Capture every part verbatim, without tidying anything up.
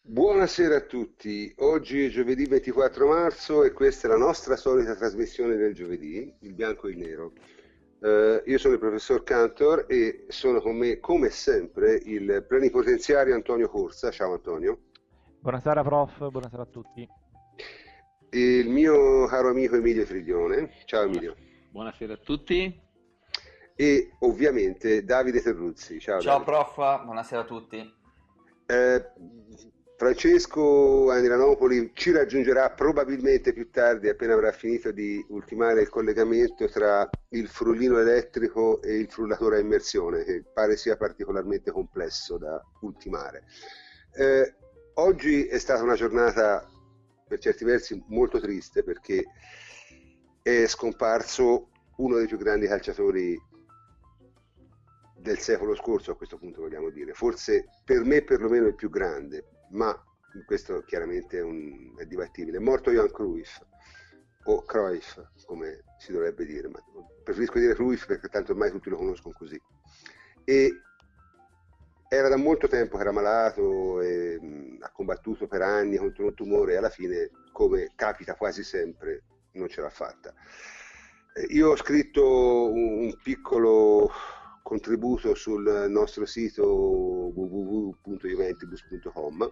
Buonasera a tutti, oggi è giovedì ventiquattro marzo e questa è la nostra solita trasmissione del giovedì, il bianco e il nero. Eh, io sono il professor Cantor e sono con me, come sempre, il plenipotenziario Antonio Corsa. Ciao Antonio. Buonasera prof, buonasera a tutti. E il mio caro amico Emilio Triglione. Ciao Buonas- Emilio. Buonasera a tutti. E ovviamente Davide Terruzzi. Ciao Ciao Davide. prof, buonasera a tutti. Eh, Francesco Aniranopoli ci raggiungerà probabilmente più tardi, appena avrà finito di ultimare il collegamento tra il frullino elettrico e il frullatore a immersione, che pare sia particolarmente complesso da ultimare. Eh, oggi è stata una giornata per certi versi molto triste, perché è scomparso uno dei più grandi calciatori del secolo scorso, a questo punto vogliamo dire, forse per me perlomeno il più grande, ma questo chiaramente è, un, è dibattibile. È morto Johan Cruyff, o Cruyff come si dovrebbe dire, ma preferisco dire Cruyff perché tanto ormai tutti lo conoscono così. E era da molto tempo che era malato e mh, ha combattuto per anni contro un tumore e alla fine, come capita quasi sempre, non ce l'ha fatta. Eh, io ho scritto un, un piccolo contributo sul nostro sito w w w punto juventibus punto com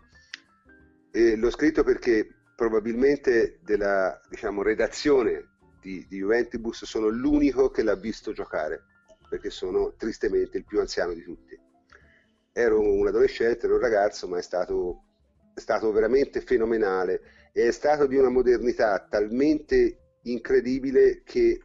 e l'ho scritto perché probabilmente della, diciamo, redazione di, di Juventibus sono l'unico che l'ha visto giocare, perché sono tristemente il più anziano di tutti. Ero un adolescente, ero un ragazzo, ma è stato, è stato veramente fenomenale e è stato di una modernità talmente incredibile che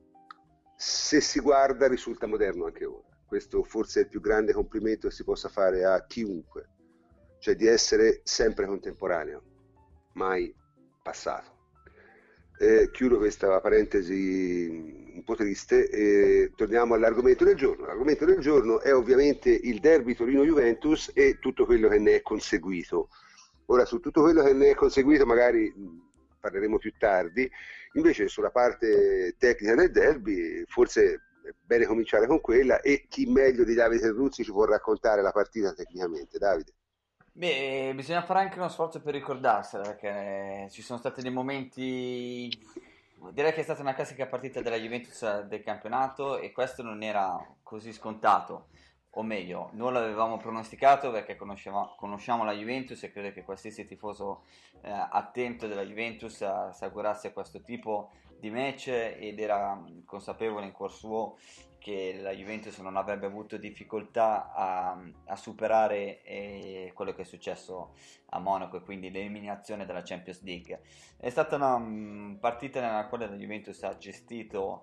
se si guarda risulta moderno anche ora. Questo forse è il più grande complimento che si possa fare a chiunque, cioè di essere sempre contemporaneo, mai passato. Eh, chiudo questa parentesi un po' triste e torniamo all'argomento del giorno. L'argomento del giorno è ovviamente il derby Torino-Juventus e tutto quello che ne è conseguito. Ora, su tutto quello che ne è conseguito magari parleremo più tardi, invece sulla parte tecnica del derby forse è bene cominciare con quella, e chi meglio di Davide Terruzzi ci può raccontare la partita tecnicamente. Davide. Beh, bisogna fare anche uno sforzo per ricordarsela, perché ci sono stati dei momenti. Direi che è stata una classica partita della Juventus del campionato e questo non era così scontato, o meglio, non l'avevamo pronosticato perché conosciamo, conosciamo la Juventus e credo che qualsiasi tifoso eh, attento della Juventus eh, si augurasse questo tipo di match ed era consapevole in cuor suo che la Juventus non avrebbe avuto difficoltà a, a superare eh, quello che è successo a Monaco e quindi l'eliminazione della Champions League. È stata una um, partita nella quale la Juventus ha gestito,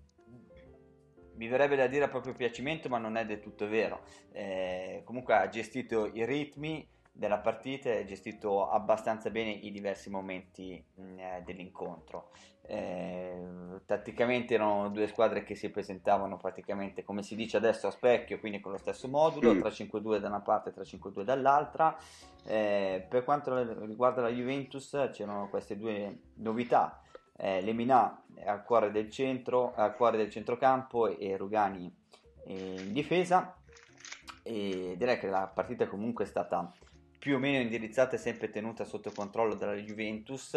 mi verrebbe da dire a proprio piacimento, ma non è del tutto vero. Eh, comunque ha gestito i ritmi della partita e ha gestito abbastanza bene i diversi momenti mh, eh, dell'incontro. Eh, tatticamente erano due squadre che si presentavano praticamente, come si dice adesso, a specchio, quindi con lo stesso modulo, Mm. tre cinque due da una parte e tre cinque due dall'altra. Eh, per quanto riguarda la Juventus c'erano queste due novità. Eh, Lemina al cuore del centro, al cuore del centrocampo e Rugani eh, in difesa, e direi che la partita comunque è stata più o meno indirizzata e sempre tenuta sotto controllo dalla Juventus.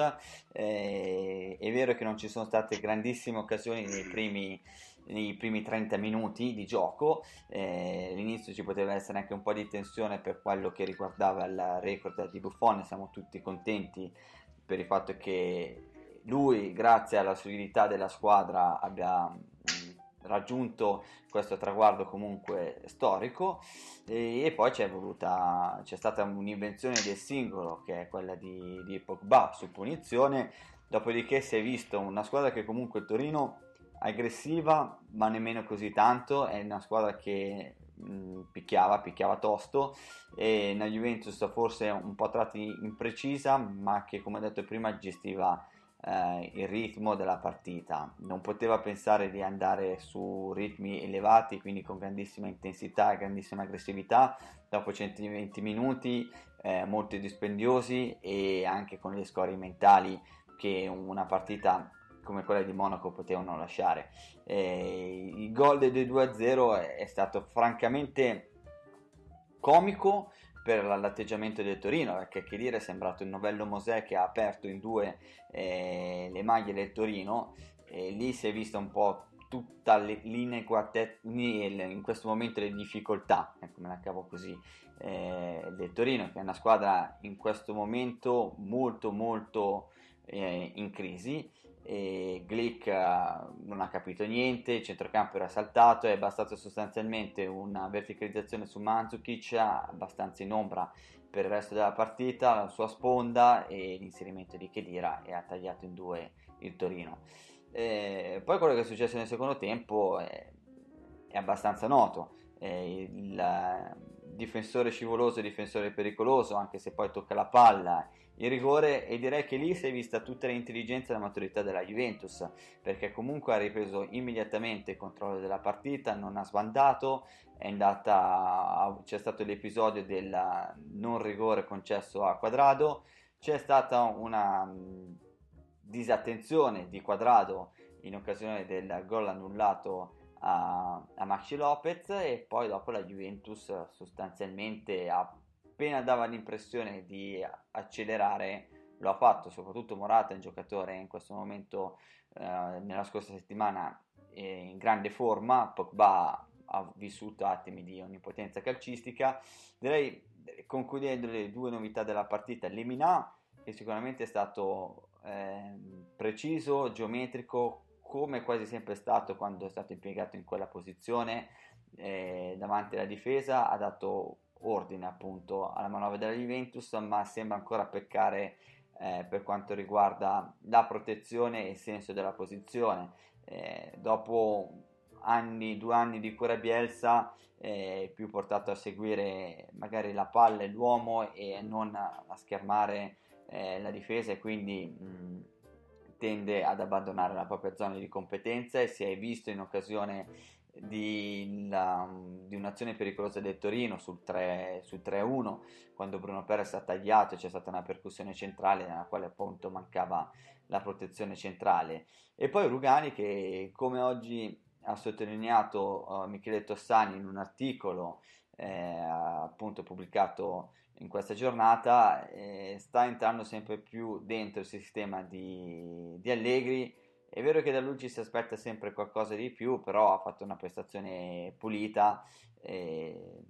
Eh, è vero che non ci sono state grandissime occasioni nei primi, nei primi trenta minuti di gioco, eh, all'inizio ci poteva essere anche un po' di tensione per quello che riguardava il record di Buffon. Siamo tutti contenti per il fatto che lui, grazie alla solidità della squadra, abbia mh, raggiunto questo traguardo comunque storico. E, e poi c'è voluta, c'è stata un'invenzione del singolo che è quella di, di Pogba su punizione, dopodiché si è visto una squadra che comunque il Torino aggressiva ma nemmeno così tanto, è una squadra che mh, picchiava, picchiava tosto, e la Juventus forse un po' a tratti imprecisa ma che, come ho detto prima, gestiva eh, il ritmo della partita, non poteva pensare di andare su ritmi elevati, quindi con grandissima intensità e grandissima aggressività dopo centoventi minuti eh, molto dispendiosi e anche con le scorie mentali che una partita come quella di Monaco potevano lasciare. Eh, il gol del due a zero è, è stato francamente comico per l'atteggiamento del Torino, perché che dire, è sembrato il novello Mosè che ha aperto in due eh, le maglie del Torino, e lì si è vista un po' tutta l'ineguaglianza, in questo momento le difficoltà, ecco, me la cavo così, eh, del Torino, che è una squadra in questo momento molto molto eh, in crisi. E Glick uh, non ha capito niente, il centrocampo era saltato, è bastato sostanzialmente una verticalizzazione su Mandzukic abbastanza in ombra per il resto della partita, la sua sponda e l'inserimento di Khedira, e ha tagliato in due il Torino. E poi quello che è successo nel secondo tempo è, è abbastanza noto, eh, il uh, difensore scivoloso e difensore pericoloso, anche se poi tocca la palla, il rigore, e direi che lì si è vista tutta l'intelligenza e la maturità della Juventus, perché comunque ha ripreso immediatamente il controllo della partita, non ha sbandato, è andata, c'è stato l'episodio del non rigore concesso a Quadrado, c'è stata una mh, disattenzione di Quadrado in occasione del gol annullato a, a Maxi Lopez, e poi dopo la Juventus sostanzialmente ha, appena dava l'impressione di accelerare, lo ha fatto. Soprattutto Morata è un giocatore in questo momento, eh, nella scorsa settimana, è in grande forma. Pogba ha vissuto attimi di onnipotenza calcistica. Direi, concludendo le due novità della partita, Lemina, che sicuramente è stato eh, preciso, geometrico, come quasi sempre è stato quando è stato impiegato in quella posizione eh, davanti alla difesa, ha dato ordine appunto alla manovra della Juventus, ma sembra ancora peccare eh, per quanto riguarda la protezione e il senso della posizione. Eh, dopo anni, due anni di cura Bielsa, è più portato a seguire magari la palla e l'uomo e non a, a schermare eh, la difesa, e quindi mh, tende ad abbandonare la propria zona di competenza, e si è visto in occasione di, la, di un'azione pericolosa del Torino sul tre a uno, quando Bruno Perez ha tagliato e c'è stata una percussione centrale nella quale appunto mancava la protezione centrale. E poi Rugani, che come oggi ha sottolineato uh, Michele Tossani in un articolo eh, appunto pubblicato in questa giornata, eh, sta entrando sempre più dentro il sistema di, di Allegri. È vero che da lui ci si aspetta sempre qualcosa di più, però ha fatto una prestazione pulita, eh,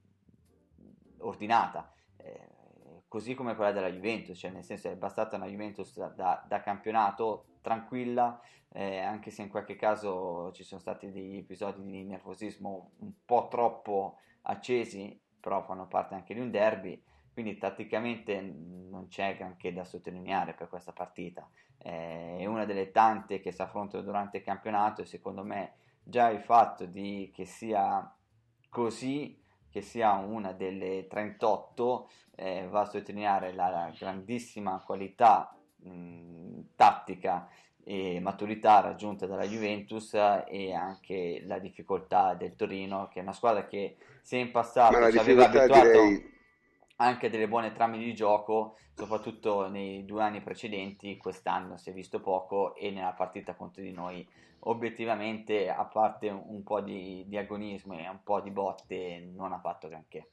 ordinata, eh, così come quella della Juventus, cioè nel senso è bastata una Juventus da, da, da campionato tranquilla, eh, anche se in qualche caso ci sono stati degli episodi di nervosismo un po' troppo accesi, però fanno parte anche di un derby. Quindi tatticamente non c'è granché da sottolineare per questa partita, è una delle tante che si affrontano durante il campionato, e secondo me già il fatto di che sia così, che sia una delle trentotto, eh, va a sottolineare la, la grandissima qualità mh, tattica e maturità raggiunta dalla Juventus, e anche la difficoltà del Torino, che è una squadra che se in passato ci aveva abituato direi... anche delle buone trame di gioco, soprattutto nei due anni precedenti, quest'anno si è visto poco, e nella partita contro di noi obiettivamente, a parte un po' di, di agonismo e un po' di botte, non ha fatto granché.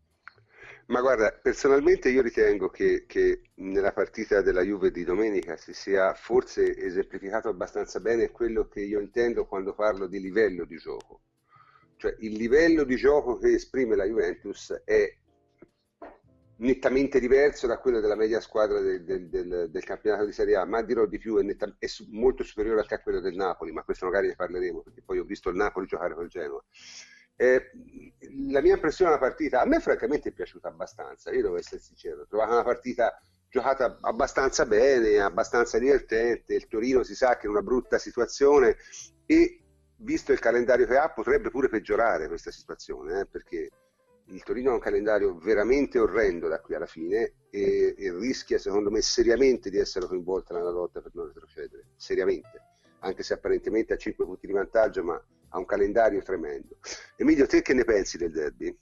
Ma guarda, personalmente io ritengo che, che nella partita della Juve di domenica si sia forse esemplificato abbastanza bene quello che io intendo quando parlo di livello di gioco. Cioè il livello di gioco che esprime la Juventus è nettamente diverso da quello della media squadra del, del, del, del campionato di Serie A, ma dirò di più, è, netta, è su, molto superiore anche a quello del Napoli, ma questo magari ne parleremo, perché poi ho visto il Napoli giocare col Genoa. Eh, la mia impressione della partita, a me francamente è piaciuta abbastanza, io devo essere sincero, ho trovato una partita giocata abbastanza bene, abbastanza divertente. Il Torino si sa che è in una brutta situazione, e visto il calendario che ha potrebbe pure peggiorare questa situazione, eh, perché il Torino ha un calendario veramente orrendo da qui alla fine, e, e rischia secondo me seriamente di essere coinvolta nella lotta per non retrocedere, seriamente, anche se apparentemente ha cinque punti di vantaggio, ma ha un calendario tremendo. Emilio, te che ne pensi del derby?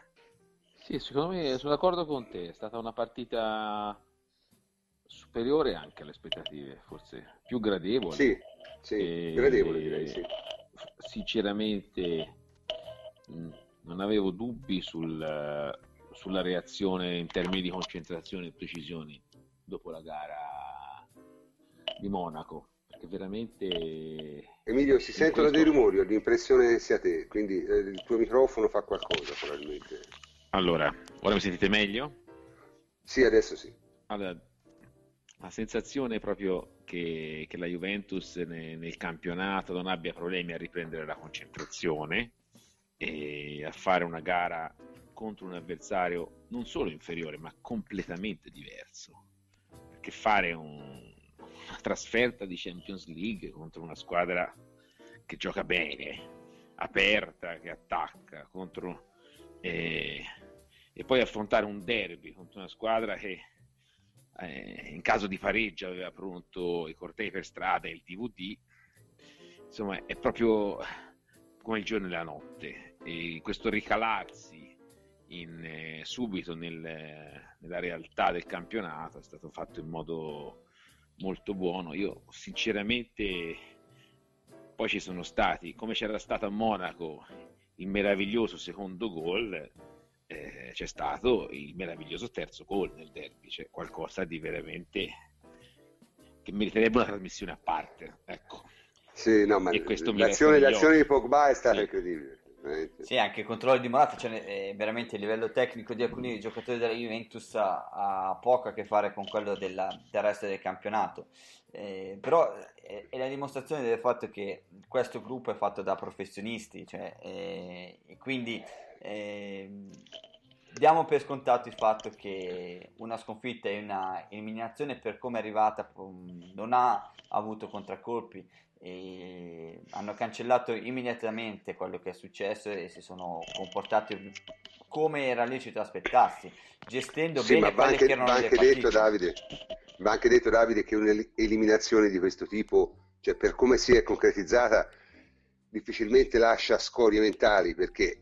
Sì, secondo me sono d'accordo con te, è stata una partita superiore anche alle aspettative, forse più gradevole. Sì, sì, e... gradevole direi, sì. Sinceramente mh, non avevo dubbi sul, sulla reazione in termini di concentrazione e precisioni dopo la gara di Monaco, perché veramente... Emilio, si sentono questo... dei rumori, ho l'impressione che sia te, quindi eh, il tuo microfono fa qualcosa probabilmente. Allora, ora mi sentite meglio? Sì, adesso sì. Allora, la sensazione è proprio che, che la Juventus ne, nel campionato non abbia problemi a riprendere la concentrazione e a fare una gara contro un avversario non solo inferiore ma completamente diverso, perché fare un, una trasferta di Champions League contro una squadra che gioca bene, aperta, che attacca contro, eh, e poi affrontare un derby contro una squadra che eh, in caso di pareggio aveva pronto i cortei per strada e il D V D, insomma è proprio come il giorno e la notte, e questo ricalarsi in, eh, subito nel, nella realtà del campionato è stato fatto in modo molto buono. Io sinceramente, poi ci sono stati, come c'era stato a Monaco il meraviglioso secondo gol, eh, c'è stato il meraviglioso terzo gol nel derby, c'è qualcosa di veramente che meriterebbe una trasmissione a parte, ecco. Sì, no, ma E questo mi l'azione, resta negli l'azione occhi. di Pogba è stata Sì. incredibile. veramente. Sì, anche il controllo di Morata, cioè, eh, veramente il livello tecnico di alcuni giocatori della Juventus ha, ha poco a che fare con quello della, del resto del campionato. Eh, però è, è la dimostrazione del fatto che questo gruppo è fatto da professionisti, cioè, eh, e quindi eh, diamo per scontato il fatto che una sconfitta e una eliminazione, per come è arrivata, um, non ha avuto contraccolpi. E hanno cancellato immediatamente quello che è successo e si sono comportati come era lecito aspettarsi, gestendo Sì, ma bene va quelle anche, che erano va le anche partite. detto, Davide, va anche detto, Davide, che un'eliminazione di questo tipo, cioè per come si è concretizzata, difficilmente lascia scorie mentali, perché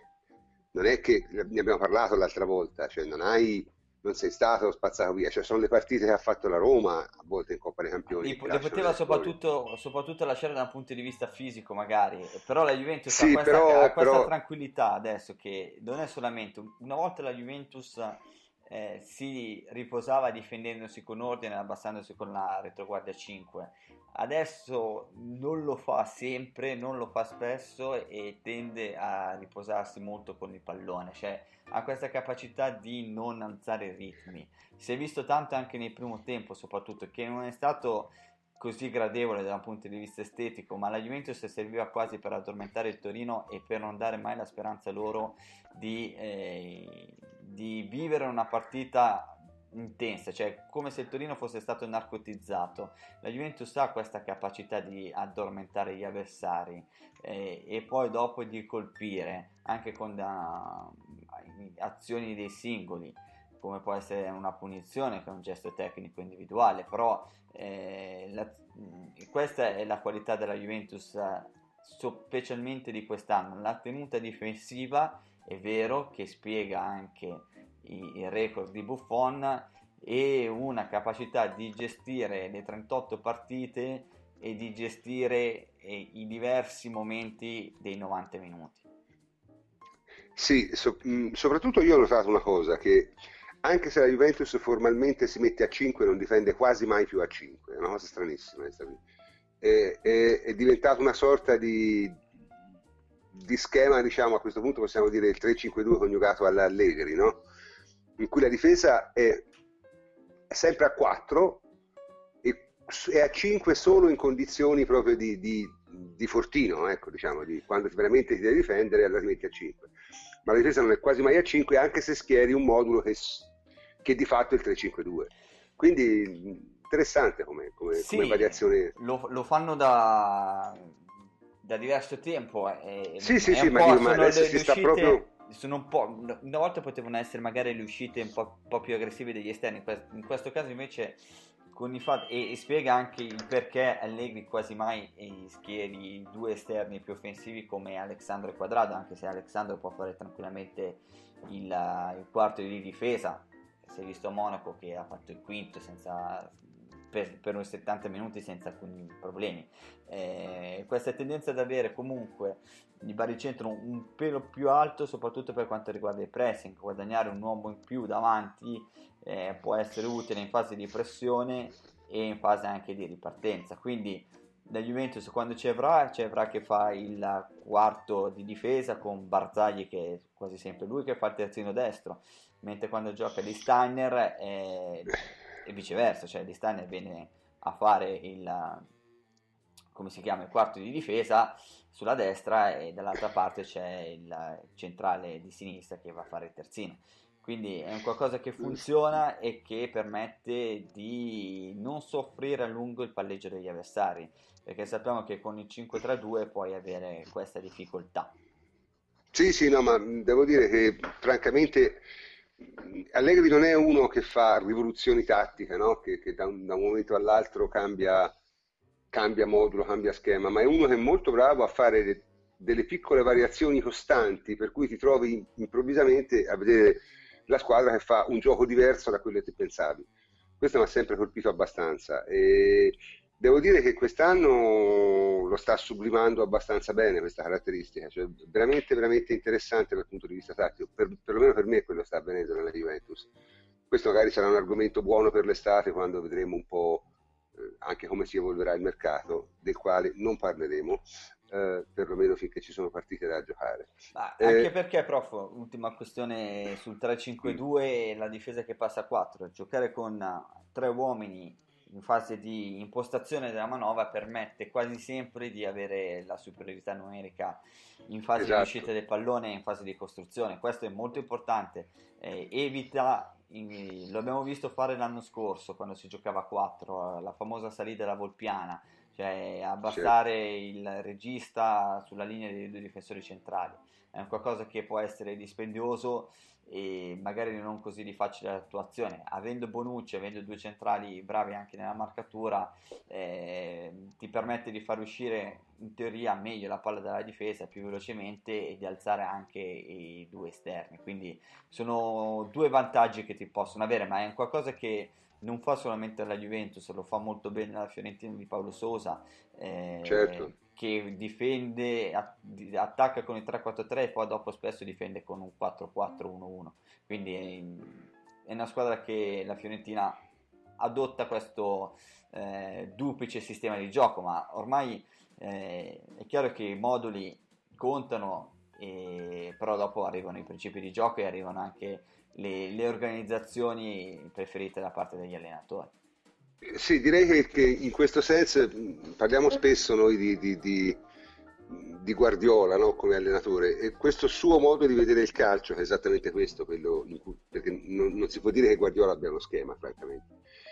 non è che ne abbiamo parlato l'altra volta, cioè non hai, non sei stato spazzato via, cioè sono le partite che ha fatto la Roma a volte in Coppa dei Campioni Li, che le lasciano poteva le scorie. soprattutto, soprattutto lasciare da un punto di vista fisico magari, però la Juventus ha Sì, questa, ha però, questa però tranquillità adesso, che non è solamente una volta la Juventus eh, si riposava difendendosi con ordine e abbassandosi con la retroguardia cinque, adesso non lo fa sempre, non lo fa spesso e tende a riposarsi molto con il pallone, cioè ha questa capacità di non alzare i ritmi. Si è visto tanto anche nel primo tempo, soprattutto, che non è stato così gradevole da un punto di vista estetico, ma la Juventus serviva quasi per addormentare il Torino e per non dare mai la speranza loro di, eh, di vivere una partita intensa, cioè come se il Torino fosse stato narcotizzato. La Juventus ha questa capacità di addormentare gli avversari eh, e poi dopo di colpire anche con da, azioni dei singoli, come può essere una punizione che è un gesto tecnico individuale, però eh, la, questa è la qualità della Juventus, specialmente di quest'anno, la tenuta difensiva, è vero che spiega anche i, il record di Buffon, e una capacità di gestire le trentotto partite e di gestire eh, i diversi momenti dei novanta minuti. sì, so- mh, soprattutto io ho notato una cosa, che anche se la Juventus formalmente si mette a cinque, non difende quasi mai più a cinque, è una cosa stranissima. questa qui. È, è- è diventata una sorta di, di schema, diciamo, a questo punto possiamo dire il tre cinque due coniugato all'Allegri, no? In cui la difesa è, è sempre a quattro e è a cinque solo in condizioni proprio di, di- di fortino, ecco, diciamo, di quando veramente ti devi difendere, allora ti metti a cinque. Ma la difesa non è quasi mai a cinque, anche se schieri un modulo che, s- che di fatto è il tre cinque due. Quindi interessante come, come- come Sì, variazione. lo, lo fanno da, da diverso tempo. È, Sì, sì, è sì, un ma, po', dico, ma sono adesso le, si le sta uscite, proprio... sono un po', una volta potevano essere magari le uscite un po', un po' più aggressive degli esterni, in quest- in questo caso invece con i fatti, e, e spiega anche il perché Allegri quasi mai eh, schieri due esterni più offensivi come Alexandro e Quadrado, anche se Alexandro può fare tranquillamente il, il quarto di difesa. Si è visto a Monaco che ha fatto il quinto senza per, per un settanta minuti senza alcuni problemi. Eh, questa tendenza ad avere comunque il baricentro un pelo più alto, soprattutto per quanto riguarda il pressing, guadagnare un uomo in più davanti eh, può essere utile in fase di pressione e in fase anche di ripartenza. Quindi da Juventus quando c'è Evra, c'è Evra che fa il quarto di difesa con Barzagli, che è quasi sempre lui che fa il terzino destro, mentre quando gioca Di Steiner è, è viceversa, cioè Di Steiner viene a fare il, come si chiama, il quarto di difesa sulla destra e dall'altra parte c'è il centrale di sinistra che va a fare il terzino. Quindi è un qualcosa che funziona e che permette di non soffrire a lungo il palleggio degli avversari, perché sappiamo che con il cinque tre due puoi avere questa difficoltà. Sì, sì, no, ma devo dire che francamente Allegri non è uno che fa rivoluzioni tattiche, no? Che, che da, un, da un momento all'altro cambia, cambia modulo, cambia schema, ma è uno che è molto bravo a fare de, delle piccole variazioni costanti, per cui ti trovi improvvisamente a vedere la squadra che fa un gioco diverso da quello che pensavi. Questo mi ha sempre colpito abbastanza e devo dire che quest'anno lo sta sublimando abbastanza bene questa caratteristica, cioè veramente veramente interessante dal punto di vista tattico, per, perlomeno per me quello sta avvenendo nella Juventus. Questo magari sarà un argomento buono per l'estate, quando vedremo un po' eh, anche come si evolverà il mercato, del quale non parleremo, eh, perlomeno finché ci sono partite da giocare. Ma eh, anche perché, prof, ultima questione sul tre cinque due e la difesa che passa a quattro, giocare con tre uomini in fase di impostazione della manovra permette quasi sempre di avere la superiorità numerica in fase esatto. di uscita del pallone e in fase di costruzione. Questo è molto importante, eh, evita, in, lo abbiamo visto fare l'anno scorso quando si giocava a quattro, la famosa salita della Volpiana, cioè abbassare certo. il regista sulla linea dei due difensori centrali. È un qualcosa che può essere dispendioso e magari non così di facile attuazione. Avendo Bonucci, avendo due centrali bravi anche nella marcatura, eh, ti permette di far uscire in teoria meglio la palla dalla difesa più velocemente e di alzare anche i due esterni. Quindi sono due vantaggi che ti possono avere, ma è un qualcosa che non fa solamente la Juventus, lo fa molto bene la Fiorentina di Paulo Sousa, eh, certo. che difende, attacca con il tre quattro tre e poi dopo spesso difende con un quattro quattro uno uno. Quindi è una squadra che la Fiorentina adotta questo eh, duplice sistema di gioco, ma ormai eh, è chiaro che i moduli contano, e, però dopo arrivano i principi di gioco e arrivano anche le, le organizzazioni preferite da parte degli allenatori. Sì, direi che, che in questo senso parliamo spesso noi di, di, di, di Guardiola, no? Come allenatore, e questo suo modo di vedere il calcio, che è esattamente questo, quello in cui, perché non, non si può dire che Guardiola abbia uno schema, francamente.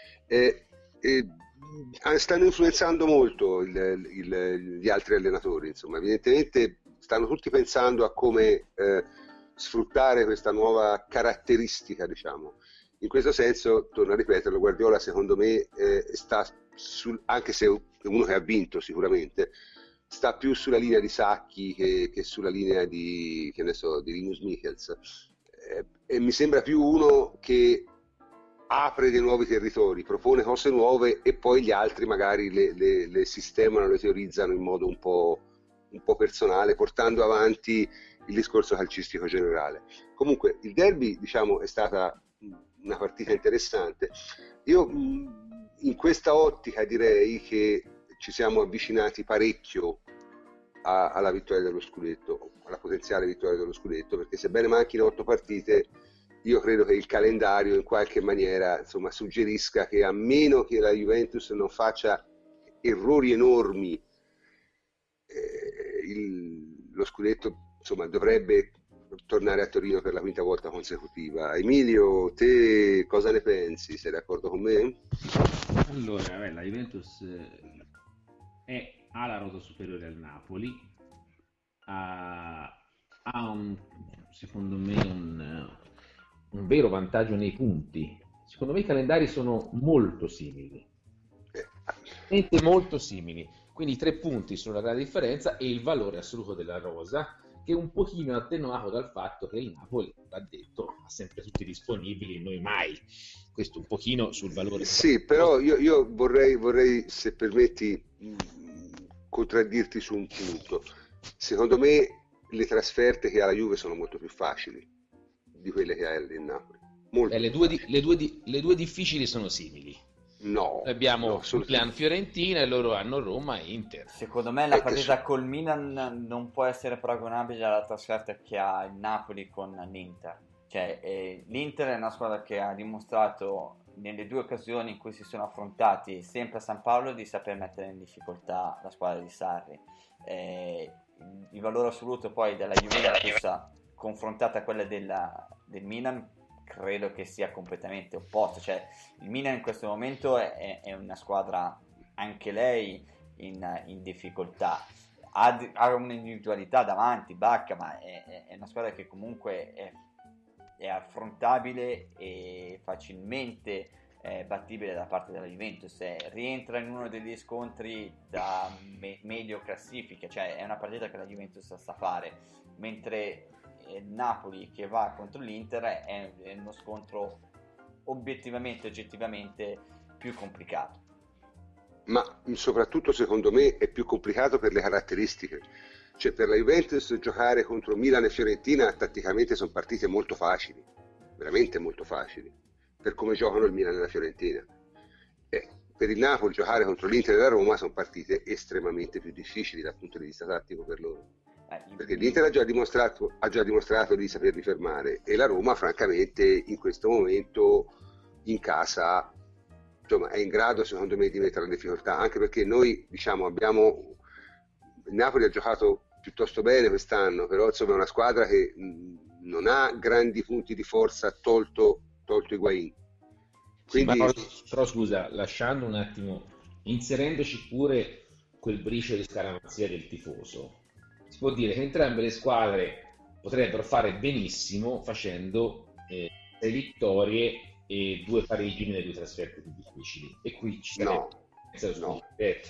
E, e, stanno influenzando molto il, il, gli altri allenatori, insomma, evidentemente stanno tutti pensando a come eh, sfruttare questa nuova caratteristica, diciamo. In questo senso, torno a ripeterlo, Guardiola secondo me eh, sta, sul, anche se è uno che ha vinto sicuramente, sta più sulla linea di Sacchi che, che sulla linea di, che ne so, di Linus Michels, eh, e mi sembra più uno che apre dei nuovi territori, propone cose nuove e poi gli altri magari le, le, le sistemano, le teorizzano in modo un po', un po' personale, portando avanti il discorso calcistico generale. Comunque il derby, diciamo, è stata una partita interessante. Io in questa ottica direi che ci siamo avvicinati parecchio a, alla vittoria dello scudetto, alla potenziale vittoria dello scudetto, perché sebbene manchino otto partite, io credo che il calendario in qualche maniera, insomma, suggerisca che a meno che la Juventus non faccia errori enormi, eh, il, lo scudetto, insomma, dovrebbe tornare a Torino per la quinta volta consecutiva. Emilio, te cosa ne pensi? Sei d'accordo con me? Allora, vabbè, la Juventus è, ha la rosa superiore al Napoli, ha, ha un, secondo me un, un vero vantaggio nei punti. Secondo me i calendari sono molto simili, molto simili, quindi i tre punti sono la grande differenza e il valore assoluto della rosa, che un pochino è attenuato dal fatto che il Napoli, va detto, ha sempre tutti disponibili, noi mai. Questo un pochino sul valore. Sì, però io, io vorrei, vorrei, se permetti, mh, contraddirti su un punto. Secondo me le trasferte che ha la Juve sono molto più facili di quelle che ha il Napoli. Molto Beh, le, più due di- facili. le, due di- le due difficili sono simili. No, Noi abbiamo no, sono Milan Fiorentina e loro hanno Roma e Inter. Secondo me la è che partita so- col Milan non può essere paragonabile alla trasferta che ha il Napoli con l'Inter. Cioè, eh, l'Inter è una squadra che ha dimostrato nelle due occasioni in cui si sono affrontati sempre a San Paolo di saper mettere in difficoltà la squadra di Sarri. Eh, il, il valore assoluto poi della Juventus confrontata a quella della- del Milan credo che sia completamente opposto. Cioè, il Milan in questo momento è, è una squadra anche lei in, in difficoltà, ha, ha un'individualità davanti, Bacca, ma è, è una squadra che comunque è, è affrontabile e facilmente eh, battibile da parte della Juventus. Eh, rientra in uno degli scontri da me- medio classifica, cioè è una partita che la Juventus sa fare, mentre il Napoli che va contro l'Inter è, è uno scontro obiettivamente, oggettivamente più complicato. ma soprattutto secondo me è più complicato per le caratteristiche. Cioè per la Juventus giocare contro Milan e Fiorentina tatticamente sono partite molto facili, veramente molto facili, per come giocano il Milan e la Fiorentina. E per il Napoli giocare contro l'Inter e la Roma sono partite estremamente più difficili dal punto di vista tattico per loro. Eh, Perché l'Inter ha già dimostrato, ha già dimostrato di saperli fermare e la Roma francamente in questo momento in casa insomma, è in grado secondo me di mettere in difficoltà, anche perché noi diciamo abbiamo il Napoli ha giocato piuttosto bene quest'anno, però insomma è una squadra che mh, non ha grandi punti di forza tolto, tolto Higuain. Sì, ma Quindi però, però scusa, lasciando un attimo, inserendoci pure quel briciolo di scaramanzia del tifoso, si può dire che entrambe le squadre potrebbero fare benissimo facendo eh, sei vittorie e due pareggi nelle due trasferte più difficili. E qui ci sarebbe no, senza lo no. scudetto.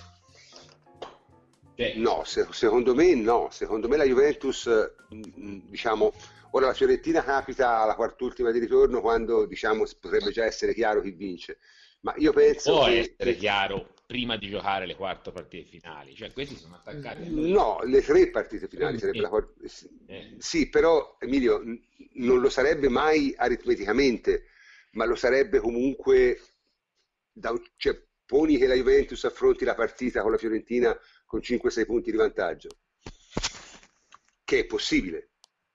Cioè, No, se- secondo me no, secondo me la Juventus, mh, diciamo, ora la Fiorentina capita alla quart'ultima di ritorno quando diciamo potrebbe già essere chiaro chi vince, ma io penso può che, essere che- chiaro prima di giocare le quattro partite finali, cioè questi sono attaccati a noi. no, le tre partite finali Eh, sarebbe la quart- eh. sì, però Emilio n- non lo sarebbe mai aritmeticamente, ma lo sarebbe comunque da un- cioè, poni che la Juventus affronti la partita con la Fiorentina con cinque sei punti di vantaggio, che è possibile.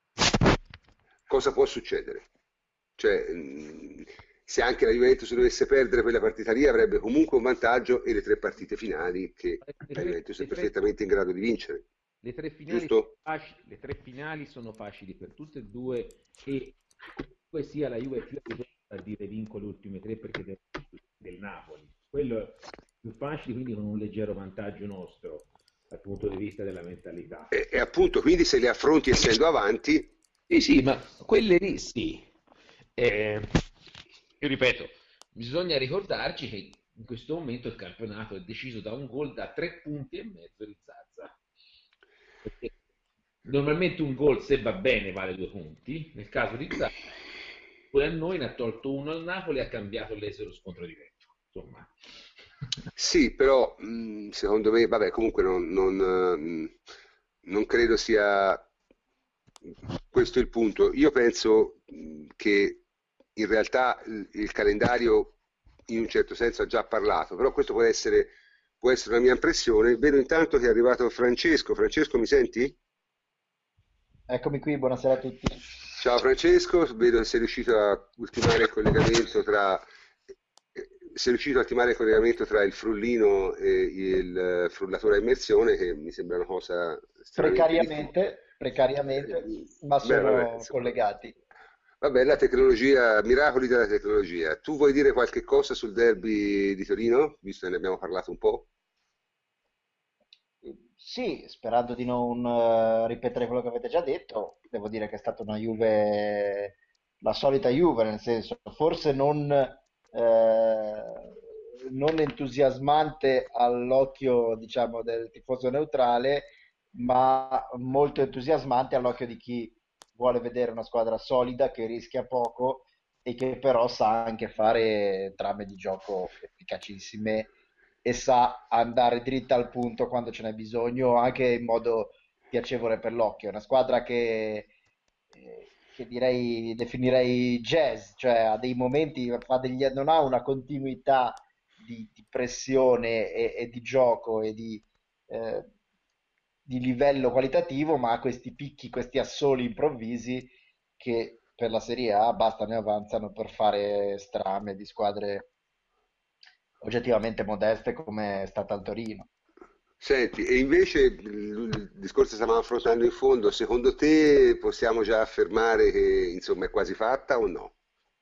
Cosa può succedere? Cioè, mh, se anche la Juventus dovesse perdere quella partita lì, avrebbe comunque un vantaggio e le tre partite finali che Le la tre, Juventus è le tre- perfettamente in grado di vincere, le tre finali sono giusto? facili, le tre finali sono facili per tutte e due e comunque sia la Juve è più abituata a dire vinco le ultime tre perché del, del Napoli. Quello è più facile, quindi con un leggero vantaggio nostro dal punto di vista della mentalità. E, e appunto, quindi se le affronti essendo avanti, Sì, sì, ma quelle lì sì. Eh, io ripeto, bisogna ricordarci che in questo momento il campionato è deciso da un gol da tre punti e mezzo di Zaza. Perché normalmente un gol, se va bene, vale due punti. Nel caso di Zaza, poi a noi ne ha tolto uno al Napoli e ha cambiato l'esito scontro diretto. Insomma, sì, però mh, secondo me, vabbè, comunque non, non, eh, non credo sia questo il punto. Io penso mh, che in realtà il, il calendario in un certo senso ha già parlato, però questo può essere, può essere una mia impressione. Vedo intanto che è arrivato Francesco. Francesco, mi senti? Eccomi qui, buonasera a tutti. Ciao Francesco, vedo che sei riuscito a ultimare il collegamento tra sei riuscito a ultimare il collegamento tra il frullino e il frullatore a immersione, che mi sembra una cosa estremamente Precariamente, precariamente, Eh, ma beh, sono vabbè, insomma. collegati. Vabbè, la tecnologia, miracoli della tecnologia. Tu vuoi dire qualche cosa sul derby di Torino, visto che ne abbiamo parlato un po'? Sì, sperando di non eh, ripetere quello che avete già detto, devo dire che è stata una Juve, la solita Juve, nel senso, forse non, eh, non entusiasmante all'occhio, diciamo, del tifoso neutrale, ma molto entusiasmante all'occhio di chi vuole vedere una squadra solida che rischia poco e che però sa anche fare trame di gioco efficacissime e sa andare dritta al punto quando ce n'è bisogno, anche in modo piacevole per l'occhio. È una squadra che, eh, che direi, definirei jazz, cioè ha dei momenti, fa degli- non ha una continuità di, di pressione e, e di gioco e di, eh, di livello qualitativo, ma ha questi picchi, questi assoli improvvisi che per la Serie A bastano e avanzano per fare strame di squadre oggettivamente modeste come è stata il Torino. Senti, e invece il, il discorso che stavamo affrontando in fondo, secondo te possiamo già affermare che insomma è quasi fatta o no?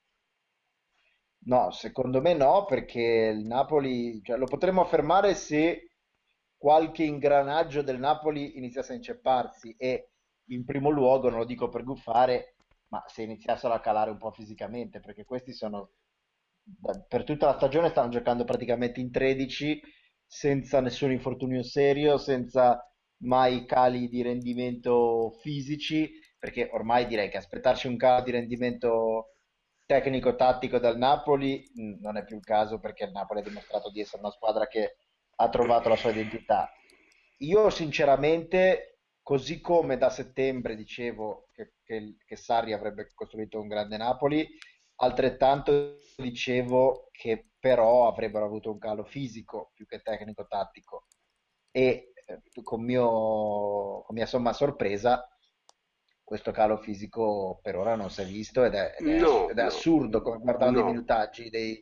No, secondo me no, perché il Napoli, cioè, lo potremmo affermare se qualche ingranaggio del Napoli iniziasse a incepparsi e in primo luogo, non lo dico per guffare, ma se iniziassero a calare un po' fisicamente, perché questi sono, da- per tutta la stagione stanno giocando praticamente in tredici, senza nessun infortunio serio, senza mai cali di rendimento fisici, perché ormai direi che aspettarci un calo di rendimento tecnico-tattico dal Napoli mh, non è più il caso perché il Napoli ha dimostrato di essere una squadra che ha trovato la sua identità. Io sinceramente, così come da settembre dicevo che, che, che Sarri avrebbe costruito un grande Napoli, altrettanto dicevo che però avrebbero avuto un calo fisico più che tecnico-tattico e eh, con, mio, con mia somma sorpresa questo calo fisico per ora non si è visto ed è, ed è ass- No, ed è no, assurdo come- guardando i no. minutaggi dei...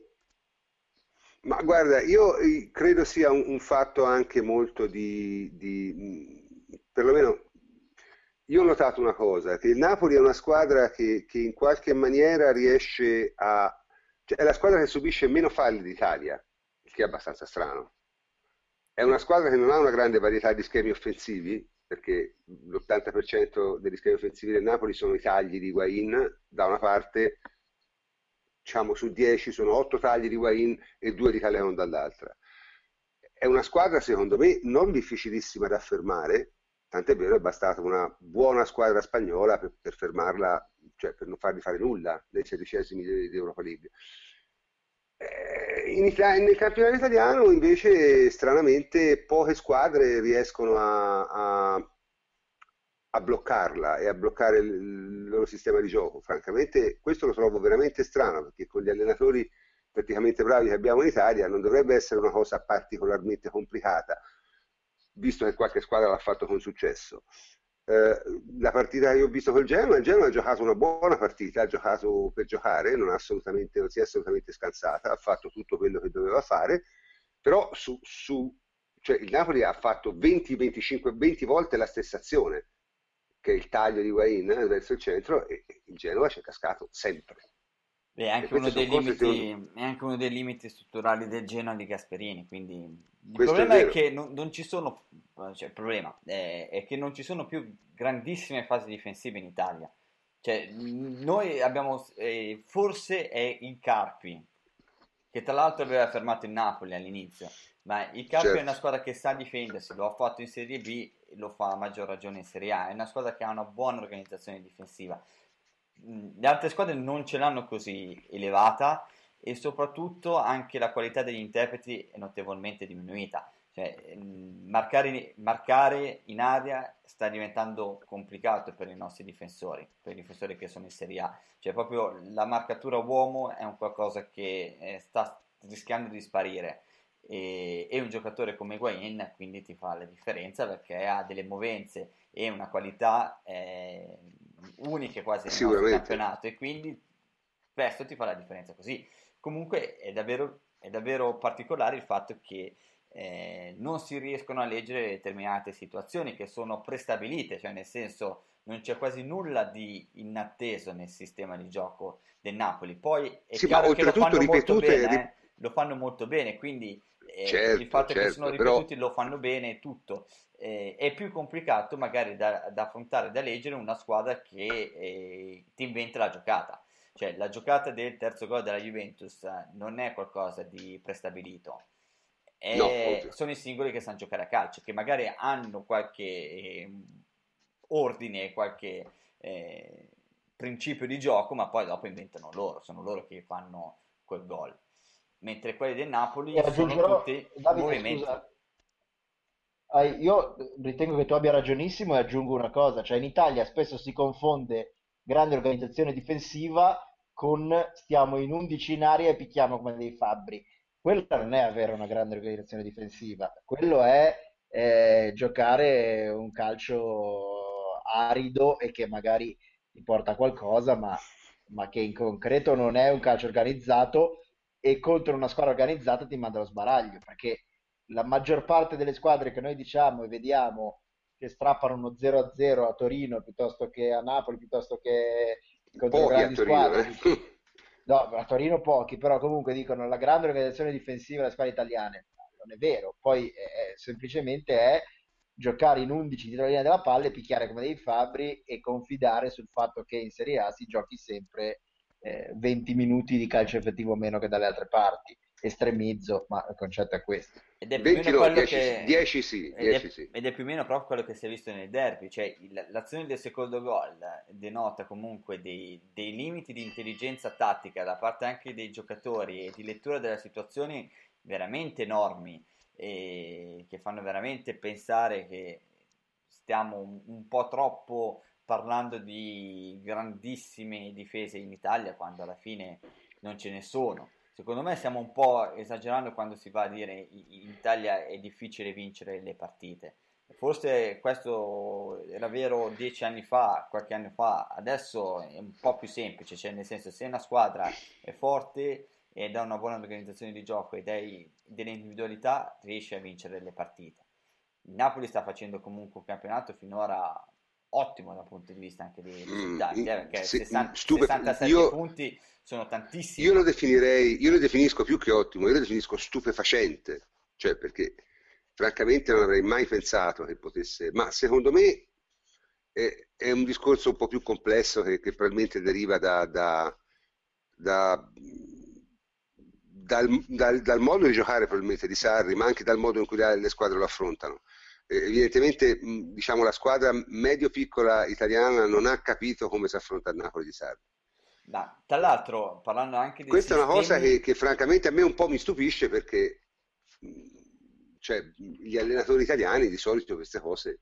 Ma guarda, io eh, credo sia un, un fatto anche molto di, di, mh, perlomeno io ho notato una cosa, che il Napoli è una squadra che, che in qualche maniera riesce a, cioè è la squadra che subisce meno falli d'Italia, il che è abbastanza strano. È una squadra che non ha una grande varietà di schemi offensivi, perché l'ottanta per cento degli schemi offensivi del Napoli sono i tagli di Higuain da una parte, diciamo su dieci sono otto tagli di Higuain e due di Callejon dall'altra. È una squadra secondo me non difficilissima da fermare, tant'è vero è bastata una buona squadra spagnola per, per fermarla, cioè per non fargli fare nulla nei sedicesimi di, di Europa League. Eh, in Ita- nel campionato italiano invece stranamente poche squadre riescono a, a- a bloccarla e a bloccare il, il loro sistema di gioco. Francamente questo lo trovo veramente strano perché con gli allenatori praticamente bravi che abbiamo in Italia non dovrebbe essere una cosa particolarmente complicata, visto che qualche squadra l'ha fatto con successo. Eh, la partita che ho visto col Genoa, il Genoa ha giocato una buona partita, ha giocato per giocare, non, ha assolutamente, non si è assolutamente scansata, ha fatto tutto quello che doveva fare, però su, su, cioè il Napoli ha fatto venti, venticinque, venti volte la stessa azione, che è il taglio di Higuain verso il centro, e il Genoa ci è cascato sempre. Beh, È E anche uno queste sono dei cose, secondo... limiti, è anche uno dei limiti strutturali del Genoa di Gasperini, quindi il questo è problema è vero. che non, non ci sono, cioè il problema è, è che non ci sono più grandissime fasi difensive in Italia. Cioè, mh, noi abbiamo, eh, forse è il Carpi, che tra l'altro aveva fermato il Napoli all'inizio, ma il Carpi è una Certo. squadra che sa difendersi, lo ha fatto in Serie B, lo fa a maggior ragione in Serie A, è una squadra che ha una buona organizzazione difensiva. Mm, Le altre squadre non ce l'hanno così elevata e soprattutto anche la qualità degli interpreti è notevolmente diminuita. Cioè, mm, marcare, marcare in area sta diventando complicato per i nostri difensori, per i difensori che sono in Serie A. Cioè, proprio la marcatura uomo è un qualcosa che eh, sta rischiando di sparire. E, e un giocatore come Higuain quindi ti fa la differenza perché ha delle movenze e una qualità eh, uniche quasi nel nostro Sicuramente. campionato e quindi questo ti fa la differenza così. Comunque è davvero, è davvero particolare il fatto che eh, non si riescono a leggere determinate situazioni che sono prestabilite, cioè nel senso non c'è quasi nulla di inatteso nel sistema di gioco del Napoli. Poi è Sì, ma chiaro che lo oltretutto fanno molto ripetute, bene, ri- eh, lo fanno molto bene, quindi eh, il certo, fatto che sono certo, però ripetuti lo fanno bene è tutto. Eh, è più complicato magari da, da affrontare, da leggere una squadra che eh, ti inventa la giocata. Cioè, la giocata del terzo gol della Juventus eh, non è qualcosa di prestabilito, è, No, ovvio. sono i singoli che sanno giocare a calcio, che magari hanno qualche eh, ordine, qualche eh, principio di gioco, ma poi dopo inventano loro, sono loro che fanno quel gol. Mentre quelli del Napoli E sono aggiungerò, tutti Davide, movimenti. scusa, hai- io ritengo che tu abbia ragionissimo e aggiungo una cosa, cioè in Italia spesso si confonde grande organizzazione difensiva con stiamo in undici in aria e picchiamo come dei fabbri. Quello non è avere una grande organizzazione difensiva, quello è eh, giocare un calcio arido e che magari ti porta a qualcosa, ma, ma che in concreto non è un calcio organizzato e contro una squadra organizzata ti manda allo sbaraglio, perché la maggior parte delle squadre che noi diciamo e vediamo che strappano uno zero a zero a Torino piuttosto che a Napoli, piuttosto che contro Pochi a grandi Torino, squadre, eh. dico- no, a Torino pochi, però comunque dicono la grande organizzazione difensiva delle squadre italiane. Non è vero, poi eh, semplicemente è giocare in undici dietro la linea della palla e picchiare come dei fabbri e confidare sul fatto che in Serie A si giochi sempre eh, venti minuti di calcio effettivo meno che dalle altre parti. Estremizzo, ma il concetto è questo. Ed è più o venti meno no, quello dieci, che dieci sì, ed dieci è, sì. ed è più o meno proprio quello che si è visto nei derby, cioè il- l'azione del secondo gol denota comunque dei, dei limiti di intelligenza tattica da parte anche dei giocatori e di lettura delle situazioni veramente enormi e che fanno veramente pensare che stiamo un, un po' troppo parlando di grandissime difese in Italia quando alla fine non ce ne sono. Secondo me stiamo un po' esagerando quando si va a dire i- in Italia è difficile vincere le partite. Forse questo era vero dieci anni fa, qualche anno fa, adesso è un po' più semplice, cioè nel senso se una squadra è forte ed ha una buona organizzazione di gioco ed hai delle individualità, riesce a vincere le partite. Il Napoli sta facendo comunque un campionato finora ottimo dal punto di vista anche dei Mm, risultati, eh, in- perché se- sessanta stupe- sessantasette io, punti sono tantissimi. io lo definirei, io lo definisco più che ottimo, io lo definisco stupefacente, cioè perché francamente non avrei mai pensato che potesse, ma secondo me è, è un discorso un po' più complesso che, che probabilmente deriva da, da- da- dal, dal- dal modo di giocare probabilmente di Sarri, ma anche dal modo in cui le le squadre lo affrontano. Eh, evidentemente, mh, diciamo, la squadra medio-piccola italiana non ha capito come si affronta il Napoli di Sarri. Ma, tra l'altro, parlando anche dei Questa è una cosa sistemi, che, che francamente a me un po' mi stupisce perché mh, cioè, gli allenatori italiani di solito queste cose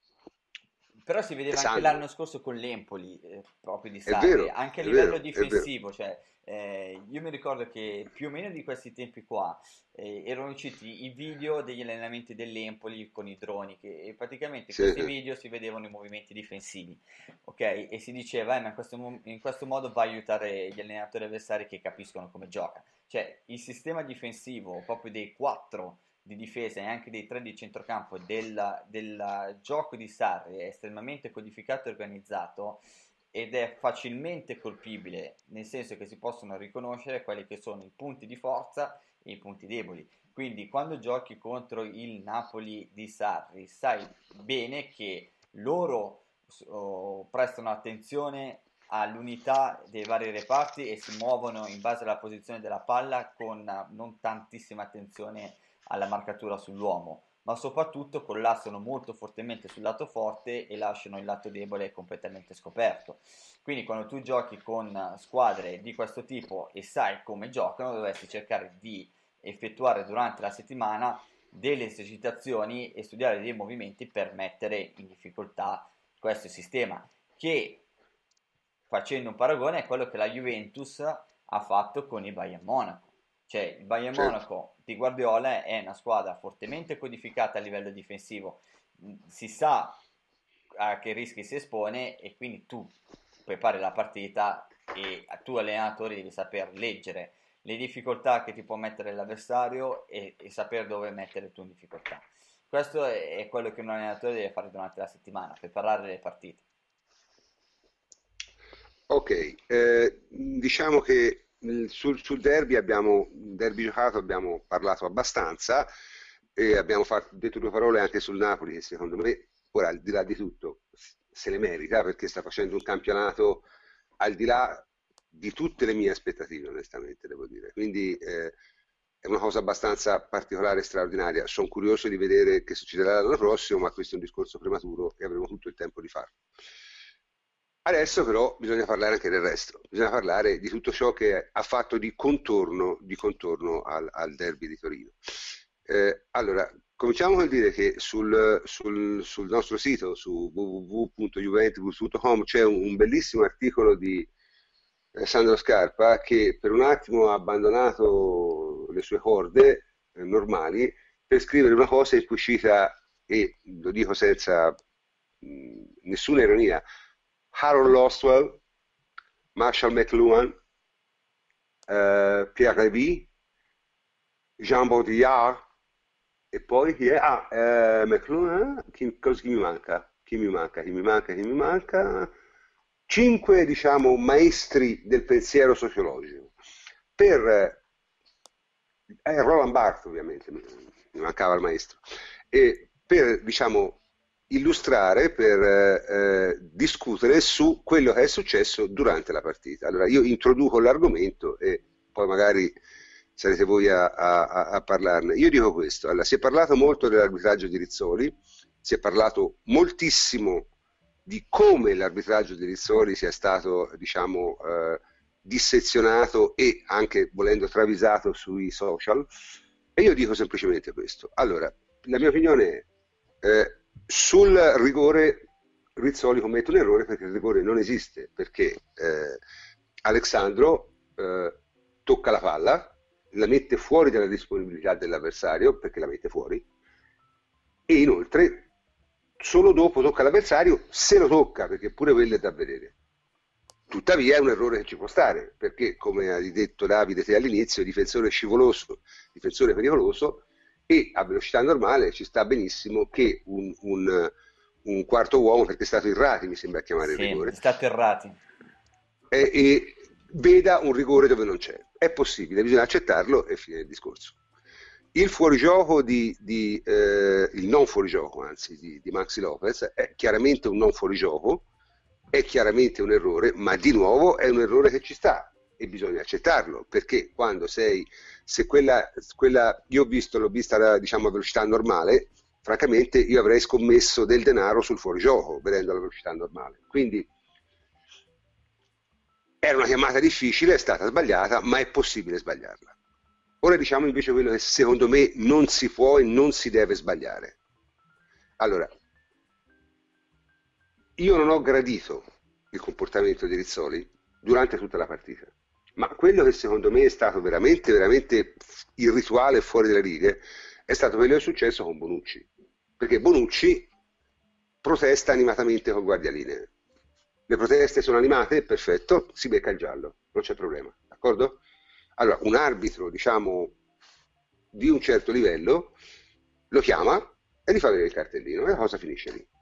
però si le vedeva anche sanno. l'anno scorso con l'Empoli, eh, proprio di È Sarri, vero, anche a è livello vero, è vero. difensivo, cioè eh, io mi ricordo che più o meno di questi tempi qua eh, erano usciti i video degli allenamenti dell'Empoli con i droni, che e praticamente in Sì, questi video si vedevano i movimenti difensivi, ok? E si diceva, eh, ma in questo, mo- in questo modo va a aiutare gli allenatori avversari che capiscono come gioca. Cioè il sistema difensivo proprio dei quattro di difesa e anche dei tre di centrocampo del, del gioco di Sarri è estremamente codificato e organizzato ed è facilmente colpibile, nel senso che si possono riconoscere quelli che sono i punti di forza e i punti deboli. Quindi quando giochi contro il Napoli di Sarri sai bene che loro oh, prestano attenzione all'unità dei vari reparti e si muovono in base alla posizione della palla con non tantissima attenzione alla marcatura sull'uomo, ma soprattutto collassano molto fortemente sul lato forte e lasciano il lato debole completamente scoperto. Quindi quando tu giochi con squadre di questo tipo e sai come giocano, dovresti cercare di effettuare durante la settimana delle esercitazioni e studiare dei movimenti per mettere in difficoltà questo sistema, che facendo un paragone è quello che la Juventus ha fatto con il Bayern Monaco. Cioè il Bayern Certo. Monaco di Guardiola è una squadra fortemente codificata a livello difensivo, si sa a che rischi si espone e quindi tu prepari la partita e tu allenatore devi saper leggere le difficoltà che ti può mettere l'avversario e, e sapere dove mettere tu in difficoltà. Questo è, è quello che un allenatore deve fare durante la settimana, preparare le partite. Ok, eh, diciamo che mh, sul, sul derby abbiamo, derby giocato abbiamo parlato abbastanza e abbiamo fatto, detto due parole anche sul Napoli che secondo me, ora al di là di tutto, se le merita perché sta facendo un campionato al di là di tutte le mie aspettative, onestamente devo dire. Quindi eh, è una cosa abbastanza particolare e straordinaria. Sono curioso di vedere che succederà l'anno prossimo, ma questo è un discorso prematuro e avremo tutto il tempo di farlo. Adesso però bisogna parlare anche del resto, bisogna parlare di tutto ciò che ha fatto di contorno, di contorno al, al derby di Torino. Eh, allora, cominciamo col dire che sul, sul, sul nostro sito, su w w w punto juventus punto com, c'è un, un bellissimo articolo di eh, Sandro Scarpa, che per un attimo ha abbandonato le sue corde eh, normali per scrivere una cosa in cui cita, e lo dico senza mh, nessuna ironia, Harold Lostwell, Marshall McLuhan, uh, Pierre Lévy, Jean Baudrillard, e poi chi è? Ah, uh, McLuhan, chi, cosa chi mi manca? Chi mi manca? Chi mi manca? Chi mi manca? Cinque, diciamo, maestri del pensiero sociologico. Per eh, Roland Barthes, ovviamente, mi, mi mancava il maestro, e per, diciamo, illustrare, per eh, discutere su quello che è successo durante la partita. Allora io introduco l'argomento e poi magari sarete voi a, a, a parlarne. Io dico questo: allora, si è parlato molto dell'arbitraggio di Rizzoli, si è parlato moltissimo di come l'arbitraggio di Rizzoli sia stato, diciamo, eh, dissezionato e anche, volendo, travisato sui social, e io dico semplicemente questo. Allora, la mia opinione è eh, sul rigore. Rizzoli commette un errore perché il rigore non esiste, perché eh, Alexandro eh, tocca la palla, la mette fuori dalla disponibilità dell'avversario, perché la mette fuori, e inoltre solo dopo tocca l'avversario, se lo tocca, perché pure quello è da vedere. Tuttavia è un errore che ci può stare, perché, come hai detto Davide te all'inizio, difensore scivoloso, difensore pericoloso, e a velocità normale ci sta benissimo che un, un, un quarto uomo, perché è stato Irrati, mi sembra chiamare Sì, il rigore, è stato Irrati, e, e veda un rigore dove non c'è. È possibile, bisogna accettarlo e fine il discorso. Il fuorigioco di, di eh, il non fuorigioco, anzi, di, di Maxi Lopez è chiaramente un non fuorigioco, è chiaramente un errore, ma di nuovo è un errore che ci sta e bisogna accettarlo, perché quando sei, se quella, quella io ho visto, l'ho vista, diciamo, a velocità normale, francamente io avrei scommesso del denaro sul fuorigioco vedendo la velocità normale. Quindi era una chiamata difficile, è stata sbagliata, ma è possibile sbagliarla. Ora diciamo invece quello che secondo me non si può e non si deve sbagliare. Allora, io non ho gradito il comportamento di Rizzoli durante tutta la partita, ma quello che secondo me è stato veramente, veramente irrituale e fuori dalle righe è stato quello che è successo con Bonucci, perché Bonucci protesta animatamente col guardialinee. Le proteste sono animate, perfetto, si becca il giallo, non c'è problema, d'accordo? Allora, un arbitro, diciamo, di un certo livello lo chiama e gli fa vedere il cartellino e la cosa finisce lì.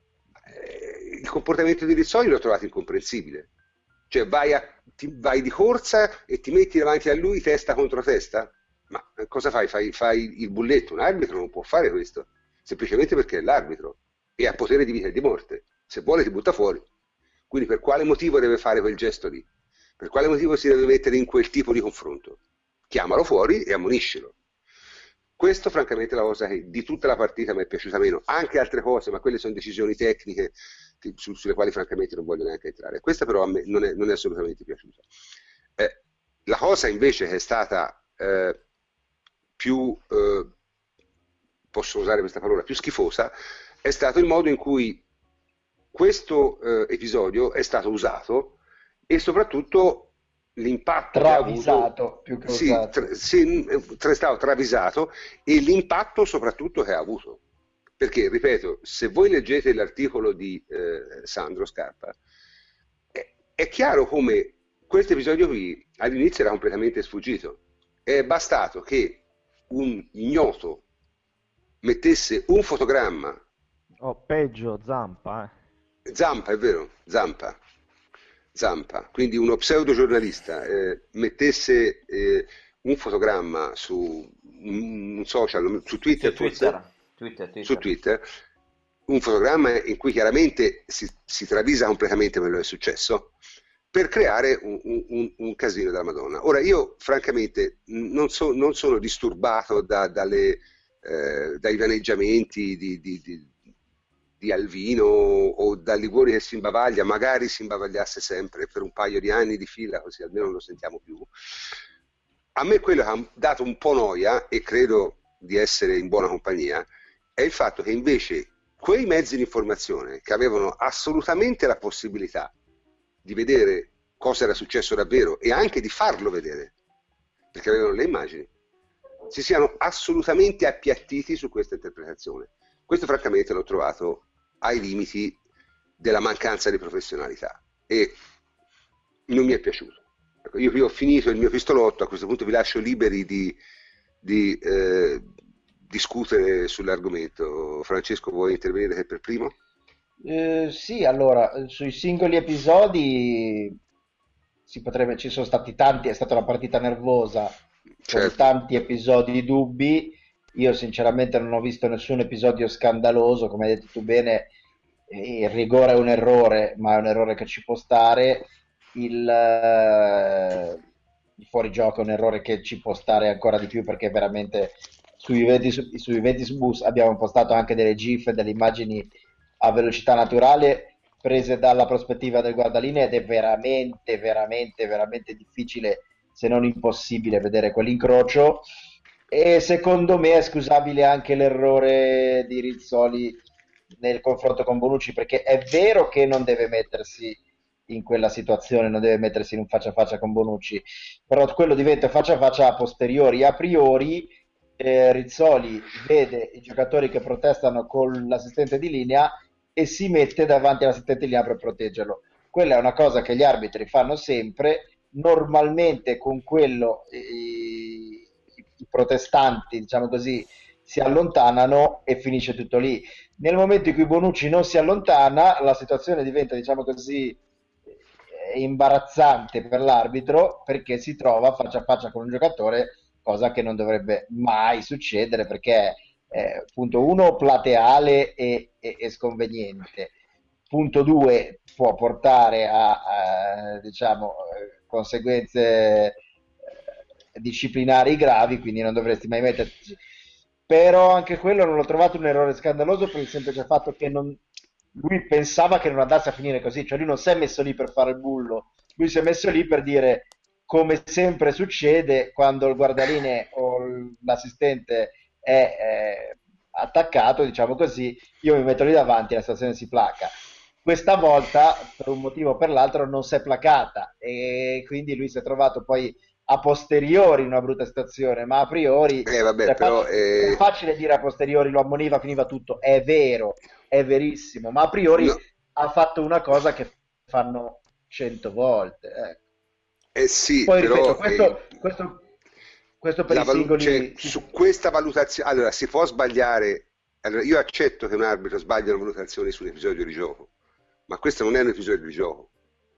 Eh, il comportamento di Rizzoli l'ho trovato incomprensibile. Cioè vai, a, ti, vai di corsa e ti metti davanti a lui testa contro testa? Ma cosa fai? Fai, fai il bulletto? Un arbitro non può fare questo, semplicemente perché è l'arbitro e ha potere di vita e di morte. Se vuole ti butta fuori. Quindi per quale motivo deve fare quel gesto lì? Per quale motivo si deve mettere in quel tipo di confronto? Chiamalo fuori e ammoniscelo. Questo francamente è la cosa che di tutta la partita mi è piaciuta meno. Anche altre cose, ma quelle sono decisioni tecniche che, su, sulle quali francamente non voglio neanche entrare. Questa però a me non è, non è assolutamente piaciuta. Eh, la cosa invece che è stata eh, più, eh, posso usare questa parola, più schifosa, è stato il modo in cui questo eh, episodio è stato usato e soprattutto l'impatto travisato che ha avuto, più che sì, usato. tra, sì, è stato travisato, e l'impatto soprattutto che ha avuto, perché ripeto, se voi leggete l'articolo di eh, Sandro Scarpa è, è chiaro come questo episodio qui all'inizio era completamente sfuggito. È bastato che un ignoto mettesse un fotogramma, o peggio Zampa, eh. Zampa, è vero, Zampa, Zampa, quindi uno pseudo giornalista eh, mettesse eh, un fotogramma su un social, su Twitter, su forse, Twitter, Twitter, Twitter. su Twitter, un fotogramma in cui chiaramente si, si travisa completamente quello che è successo, per creare un, un, un casino della Madonna. Ora, io francamente non, so, non sono disturbato da, dalle, eh, dai vaneggiamenti di, di, di, di Alvino o da Liguori che si imbavaglia, magari si imbavagliasse sempre per un paio di anni di fila, così almeno non lo sentiamo più. A me quello che ha dato un po' noia, e credo di essere in buona compagnia, è il fatto che invece quei mezzi di informazione che avevano assolutamente la possibilità di vedere cosa era successo davvero e anche di farlo vedere, perché avevano le immagini, si siano assolutamente appiattiti su questa interpretazione. Questo francamente l'ho trovato ai limiti della mancanza di professionalità e non mi è piaciuto. Ecco, io qui ho finito il mio pistolotto, a questo punto vi lascio liberi di, di eh, discutere sull'argomento. Francesco, vuoi intervenire per primo? Eh, sì, allora, sui singoli episodi si potrebbe, ci sono stati tanti, è stata una partita nervosa, con Certo. tanti episodi dubbi. Io sinceramente non ho visto nessun episodio scandaloso, come hai detto tu bene, eh, il rigore è un errore, ma è un errore che ci può stare. Il, eh, il fuorigioco è un errore che ci può stare ancora di più, perché veramente su Juventus, su Juventus Bus abbiamo postato anche delle GIF, delle immagini a velocità naturale prese dalla prospettiva del guardalinee, ed è veramente, veramente, veramente difficile, se non impossibile, vedere quell'incrocio. E secondo me è scusabile anche l'errore di Rizzoli nel confronto con Bonucci, perché è vero che non deve mettersi in quella situazione, non deve mettersi in un faccia a faccia con Bonucci, però quello diventa faccia a faccia a posteriori. A priori eh, Rizzoli vede i giocatori che protestano con l'assistente di linea e si mette davanti all'assistente di linea per proteggerlo. Quella è una cosa che gli arbitri fanno sempre. Normalmente con quello i, i protestanti, diciamo così, si allontanano e finisce tutto lì. Nel momento in cui Bonucci non si allontana, la situazione diventa, diciamo così, imbarazzante per l'arbitro, perché si trova faccia a faccia con un giocatore, cosa che non dovrebbe mai succedere, perché è, punto uno, plateale e, e, e sconveniente. Punto due, può portare a, a diciamo, conseguenze disciplinari gravi, quindi non dovresti mai metterci. Però anche quello non l'ho trovato un errore scandaloso, per il semplice fatto che non, lui pensava che non andasse a finire così, cioè lui non si è messo lì per fare il bullo, lui si è messo lì per dire, come sempre succede quando il guardalinee o l'assistente è eh, attaccato, diciamo così, io mi metto lì davanti e la situazione si placa. Questa volta, per un motivo o per l'altro, non si è placata, e quindi lui si è trovato poi a posteriori in una brutta situazione, ma a priori Eh, vabbè, è, però, facile, eh, è facile dire a posteriori lo ammoniva, finiva tutto, è vero, è verissimo, ma a priori no. ha fatto una cosa che fanno cento volte. Ecco. Eh sì, Poi però ripeto, questo, eh, questo, questo per la i valu- singoli... cioè, su questa valutazione, allora si può sbagliare. Allora, io accetto che un arbitro sbagli una valutazione su un episodio di gioco, ma questo non è un episodio di gioco.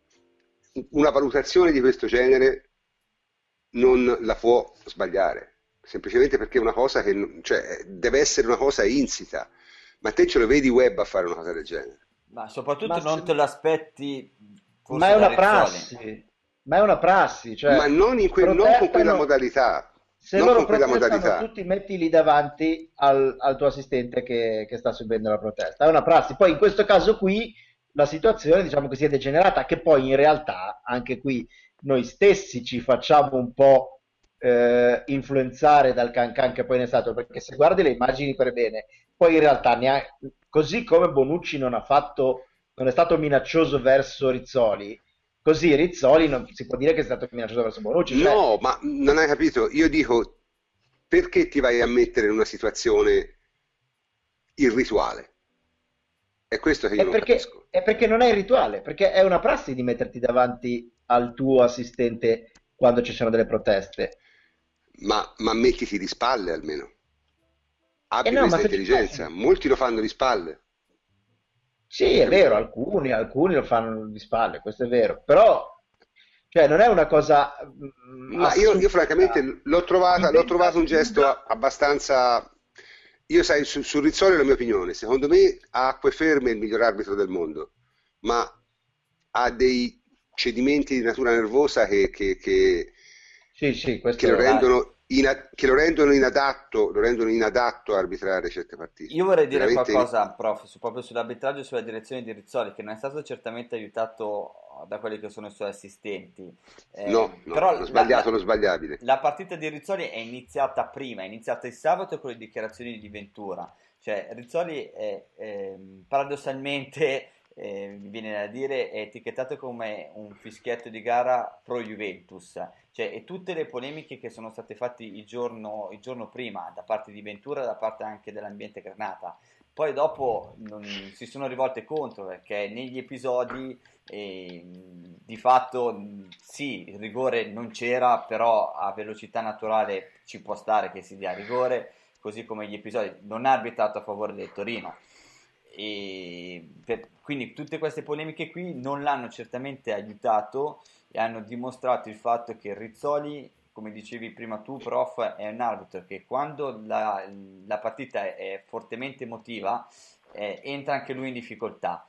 Una valutazione di questo genere non la può sbagliare, semplicemente perché è una cosa che non- cioè, deve essere una cosa insita. Ma te ce lo vedi Webb a fare una cosa del genere? Ma soprattutto Ma, non se- te lo aspetti forse ma è da una Rizzoli. prassi, ma è una prassi, cioè Ma non, in que- non con quella protestano, modalità, se non loro con quella protestano modalità. tutti metti lì davanti al, al tuo assistente che, che sta subendo la protesta, è una prassi. Poi in questo caso qui la situazione, diciamo così, è degenerata, che poi in realtà anche qui noi stessi ci facciamo un po' eh, influenzare dal cancan che poi ne è stato, perché se guardi le immagini per bene, poi in realtà neanche, così come Bonucci non ha fatto, non è stato minaccioso verso Rizzoli, così Rizzoli non si può dire che è stato minaccioso verso Bonucci, cioè, No, ma non hai capito. Io dico, perché ti vai a mettere in una situazione irrituale? È questo che io è non perché, capisco. è perché non è il rituale, perché è una prassi di metterti davanti al tuo assistente quando ci sono delle proteste. Ma, ma mettiti di spalle almeno. E Abbi no, ma questa se ci intelligenza. pensi, Molti lo fanno di spalle, sì, è vero, capito? alcuni, alcuni lo fanno di spalle, questo è vero, però cioè, non è una cosa mm, Ma io, io assurda, francamente l'ho trovata, l'ho trovato un gesto inventativa. abbastanza. Io sai, su, su Rizzoli la mia opinione, secondo me a acque ferme è il miglior arbitro del mondo, ma ha dei cedimenti di natura nervosa che, che, che, Sì, sì, questo che lo è... rendono, ina- che lo rendono inadatto, lo rendono inadatto a arbitrare certe partite. Io vorrei dire Veramente. qualcosa, prof, su- proprio sull'arbitraggio e sulla direzione di Rizzoli, che non è stato certamente aiutato da quelli che sono i suoi assistenti. Eh, No, no, però l'ho la, sbagliato, la- lo sbagliabile. la partita di Rizzoli è iniziata prima, è iniziata il sabato con le dichiarazioni di Ventura. Cioè, Rizzoli è, ehm, paradossalmente, eh, mi viene da dire, è etichettato come un fischietto di gara pro Juventus. Cioè, e tutte le polemiche che sono state fatte il giorno, il giorno prima da parte di Ventura, da parte anche dell'ambiente Granata, poi dopo non si sono rivolte contro, perché negli episodi eh, di fatto mh, sì, il rigore non c'era, però a velocità naturale ci può stare che si dia rigore, così come gli episodi non ha arbitrato a favore del Torino. E per- quindi tutte queste polemiche qui non l'hanno certamente aiutato e hanno dimostrato il fatto che Rizzoli, come dicevi prima tu, prof, è un arbitro che quando la, la partita è, è fortemente emotiva, eh, entra anche lui in difficoltà.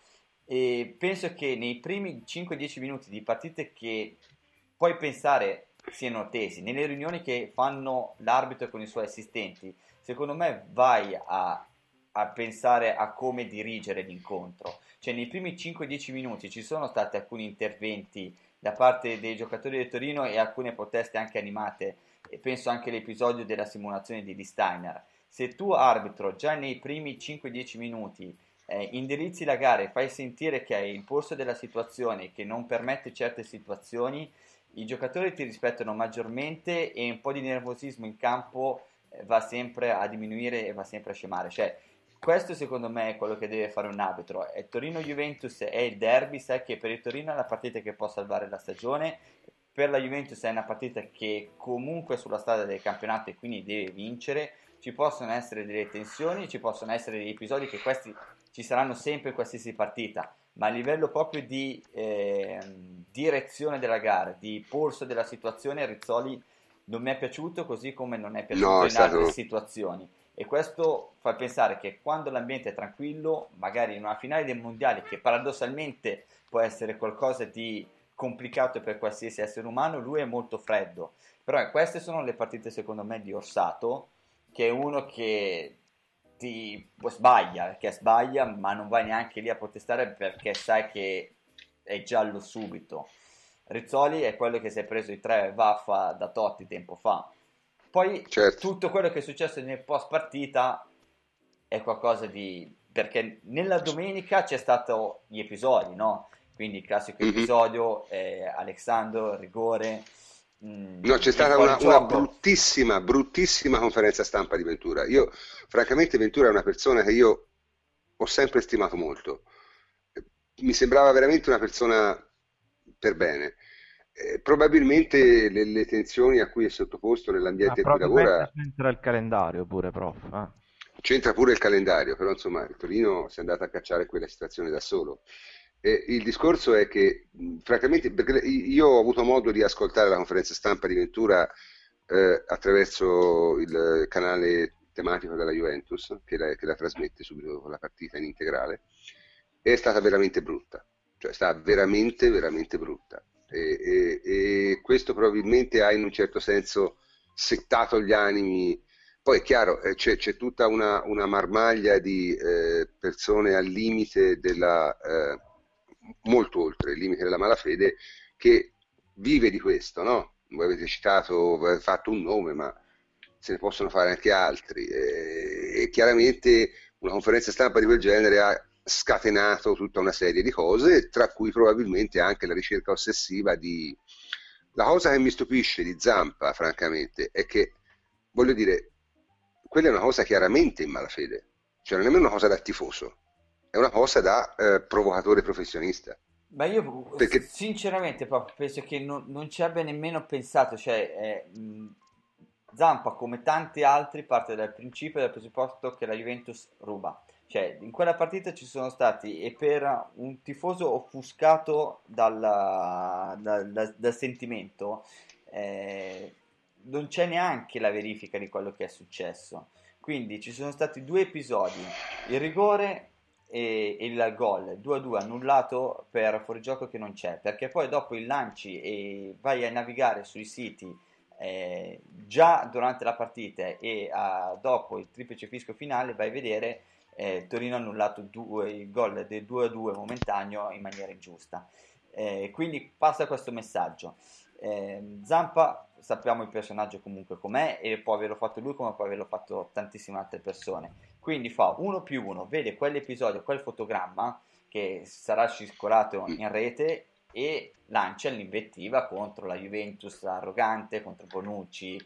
E penso che nei primi cinque dieci minuti di partite che puoi pensare siano tesi, nelle riunioni che fanno l'arbitro con i suoi assistenti, secondo me vai a, a pensare a come dirigere l'incontro. Cioè nei primi cinque dieci minuti ci sono stati alcuni interventi da parte dei giocatori del Torino e alcune proteste anche animate, e penso anche all'episodio della simulazione di Di Steiner. Se tu arbitro già nei primi cinque dieci minuti eh, indirizzi la gara e fai sentire che hai il polso della situazione, che non permette certe situazioni, i giocatori ti rispettano maggiormente e un po' di nervosismo in campo eh, va sempre a diminuire e va sempre a scemare. Cioè, questo secondo me è quello che deve fare un arbitro. E Torino-Juventus è il derby, sai che per il Torino è la partita che può salvare la stagione, per la Juventus è una partita che comunque è sulla strada del campionato e quindi deve vincere. Ci possono essere delle tensioni, ci possono essere degli episodi che questi ci saranno sempre in qualsiasi partita, ma a livello proprio di eh, direzione della gara, di polso della situazione, Rizzoli non mi è piaciuto, così come non è piaciuto No, è in altre stato... situazioni. E questo fa pensare che quando l'ambiente è tranquillo, magari in una finale dei mondiali, che paradossalmente può essere qualcosa di complicato per qualsiasi essere umano, lui è molto freddo. Però queste sono le partite secondo me di Orsato, che è uno che ti sbaglia, perché sbaglia, ma non vai neanche lì a protestare perché sai che è giallo subito. Rizzoli è quello che si è preso i tre vaffa da Totti tempo fa. Poi Certo. tutto quello che è successo nel post partita è qualcosa di... perché nella domenica c'è stato gli episodi, no? Quindi il classico Mhm. episodio, eh, Alexandro, rigore, mh, No, c'è il stata una, una fuorigioco. bruttissima, bruttissima conferenza stampa di Ventura. Io, francamente, Ventura è una persona che io ho sempre stimato molto. Mi sembrava veramente una persona per bene. Eh, probabilmente le, le tensioni a cui è sottoposto Ma nell'ambiente in cui probabilmente lavora c'entra il calendario pure, prof. eh. c'entra pure il calendario, però insomma il Torino si è andato a cacciare quella situazione da solo. E il discorso è che, mh, francamente, perché io ho avuto modo di ascoltare la conferenza stampa di Ventura eh, attraverso il canale tematico della Juventus, che la, che la trasmette subito dopo la partita in integrale, e è stata veramente brutta, cioè è stata veramente, veramente brutta. E, e- e questo probabilmente ha in un certo senso settato gli animi. Poi è chiaro, eh, c'è, c'è tutta una, una marmaglia di eh, persone al limite della, eh, molto oltre il limite della malafede, che vive di questo, no? Voi avete citato, avete fatto un nome, ma se ne possono fare anche altri. E, e chiaramente una conferenza stampa di quel genere ha scatenato tutta una serie di cose, tra cui probabilmente anche la ricerca ossessiva di... La cosa che mi stupisce di Zampa, francamente, è che, voglio dire, quella è una cosa chiaramente in malafede, cioè non è nemmeno una cosa da tifoso, è una cosa da eh, provocatore professionista. Ma io Perché sinceramente proprio penso che non, non ci abbia nemmeno pensato, cioè eh, mh, Zampa come tanti altri parte dal principio e dal presupposto che la Juventus ruba. Cioè in quella partita ci sono stati, e per un tifoso offuscato dalla- dal, dal- dal sentimento, eh, non c'è neanche la verifica di quello che è successo. Quindi ci sono stati due episodi, il rigore e, e il gol due a due annullato per fuorigioco che non c'è, perché poi dopo il lanci e vai a navigare sui siti eh, già durante la partita e a, dopo il triplice fischio finale vai a vedere eh, Torino ha annullato due, il gol del due a due momentaneo in maniera ingiusta. Eh, quindi passa questo messaggio. eh, Zampa sappiamo il personaggio comunque com'è e può averlo fatto lui come può averlo fatto tantissime altre persone, quindi fa uno più uno, vede quell'episodio, quel fotogramma che sarà circolato in rete e lancia l'invettiva contro la Juventus arrogante, contro Bonucci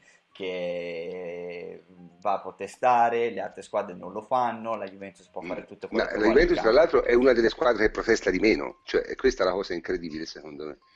che va a protestare, le altre squadre non lo fanno, la Juventus può fare tutto quello No, che la vuole. Juventus tra l'altro è una delle squadre che protesta di meno, cioè e questa è la cosa incredibile secondo me.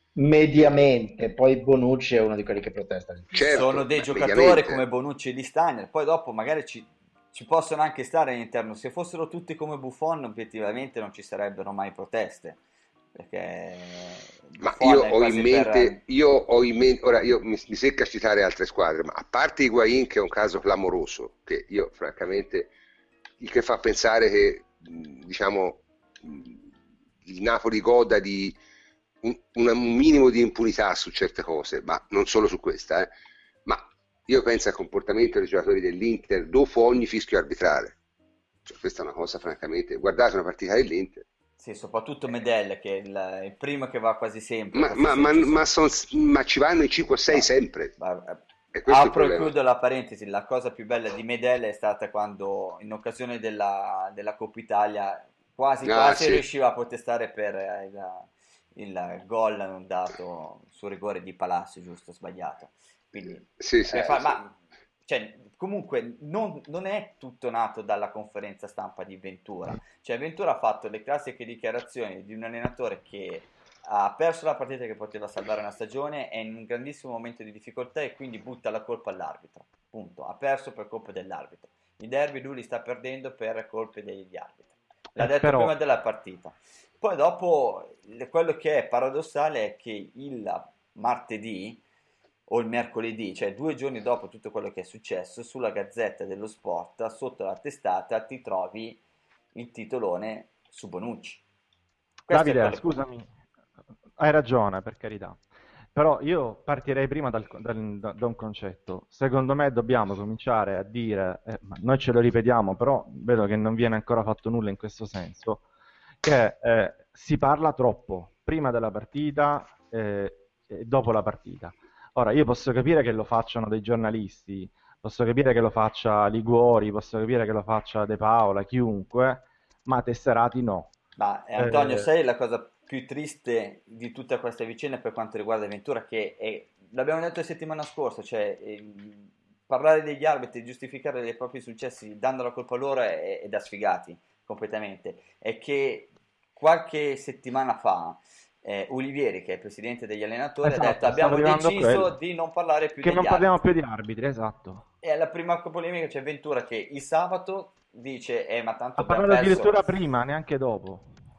Mediamente, poi Bonucci è uno di quelli che protesta di più. Certo, Sono dei ma giocatori mediamente. come Bonucci e Di Steiner, poi dopo magari ci, ci possono anche stare all'interno, se fossero tutti come Buffon obiettivamente non ci sarebbero mai proteste, perché Ma Buffon io è ho quasi in mente, per- io ho in mente, ora io mi, mi secca citare altre squadre, ma a parte Higuain che è un caso clamoroso, che io francamente, il che fa pensare che, mh, diciamo, mh, il Napoli goda di un, un minimo di impunità su certe cose, ma non solo su questa, eh. Ma io penso al comportamento dei giocatori dell'Inter dopo ogni fischio arbitrale. Cioè, questa è una cosa francamente, guardate una partita dell'Inter. sì, soprattutto Medel che è il, il primo che va quasi sempre, Ma, quasi ma, ma, sempre ci ma, sono- son- ma ci vanno in cinque o sei No. sempre. Ma, eh, E questo è il apro e problema. chiudo la parentesi, la cosa più bella di Medel è stata quando in occasione della, della Coppa Italia quasi Ah, quasi sì. riusciva a protestare per eh, il, il gol non dato su rigore di Palacio, giusto o sbagliato. Quindi, Sì, sì, per sì, fa- sì. ma cioè, comunque non, non è tutto nato dalla conferenza stampa di Ventura, cioè Ventura ha fatto le classiche dichiarazioni di un allenatore che ha perso la partita che poteva salvare una stagione, è in un grandissimo momento di difficoltà e quindi butta la colpa all'arbitro, punto. Ha perso per colpa dell'arbitro, i derby lui li sta perdendo per colpe degli arbitri, l'ha Eh, detto però- prima della partita. Poi dopo le- quello che è paradossale è che il martedì o il mercoledì, cioè due giorni dopo tutto quello che è successo, sulla Gazzetta dello Sport, sotto la testata, ti trovi il titolone su Bonucci. Questo è Davide, quello- scusami, hai ragione, per carità. Però io partirei prima dal- dal- da, da un concetto. Secondo me dobbiamo cominciare a dire, eh, ma noi ce lo ripetiamo, però vedo che non viene ancora fatto nulla in questo senso, che eh, si parla troppo prima della partita eh, e dopo la partita. Ora, io posso capire che lo facciano dei giornalisti, posso capire che lo faccia Liguori, posso capire che lo faccia De Paola, chiunque, ma tesserati no. Ma eh, Antonio, Eh, sai la cosa più triste di tutta questa vicenda per quanto riguarda Ventura? Che è, l'abbiamo detto la settimana scorsa, cioè eh, parlare degli arbitri, giustificare i propri successi dando la colpa loro è, è da sfigati completamente. È che qualche settimana fa eh, Olivieri, che è il presidente degli allenatori, Esatto, ha detto stavo abbiamo arrivando a deciso quello. di non parlare più Che degli non parliamo arbitri. più di arbitri, esatto. E la prima polemica c'è Ventura che il sabato dice eh ma tanto Ha abbiamo parlato perso. addirittura prima, neanche dopo.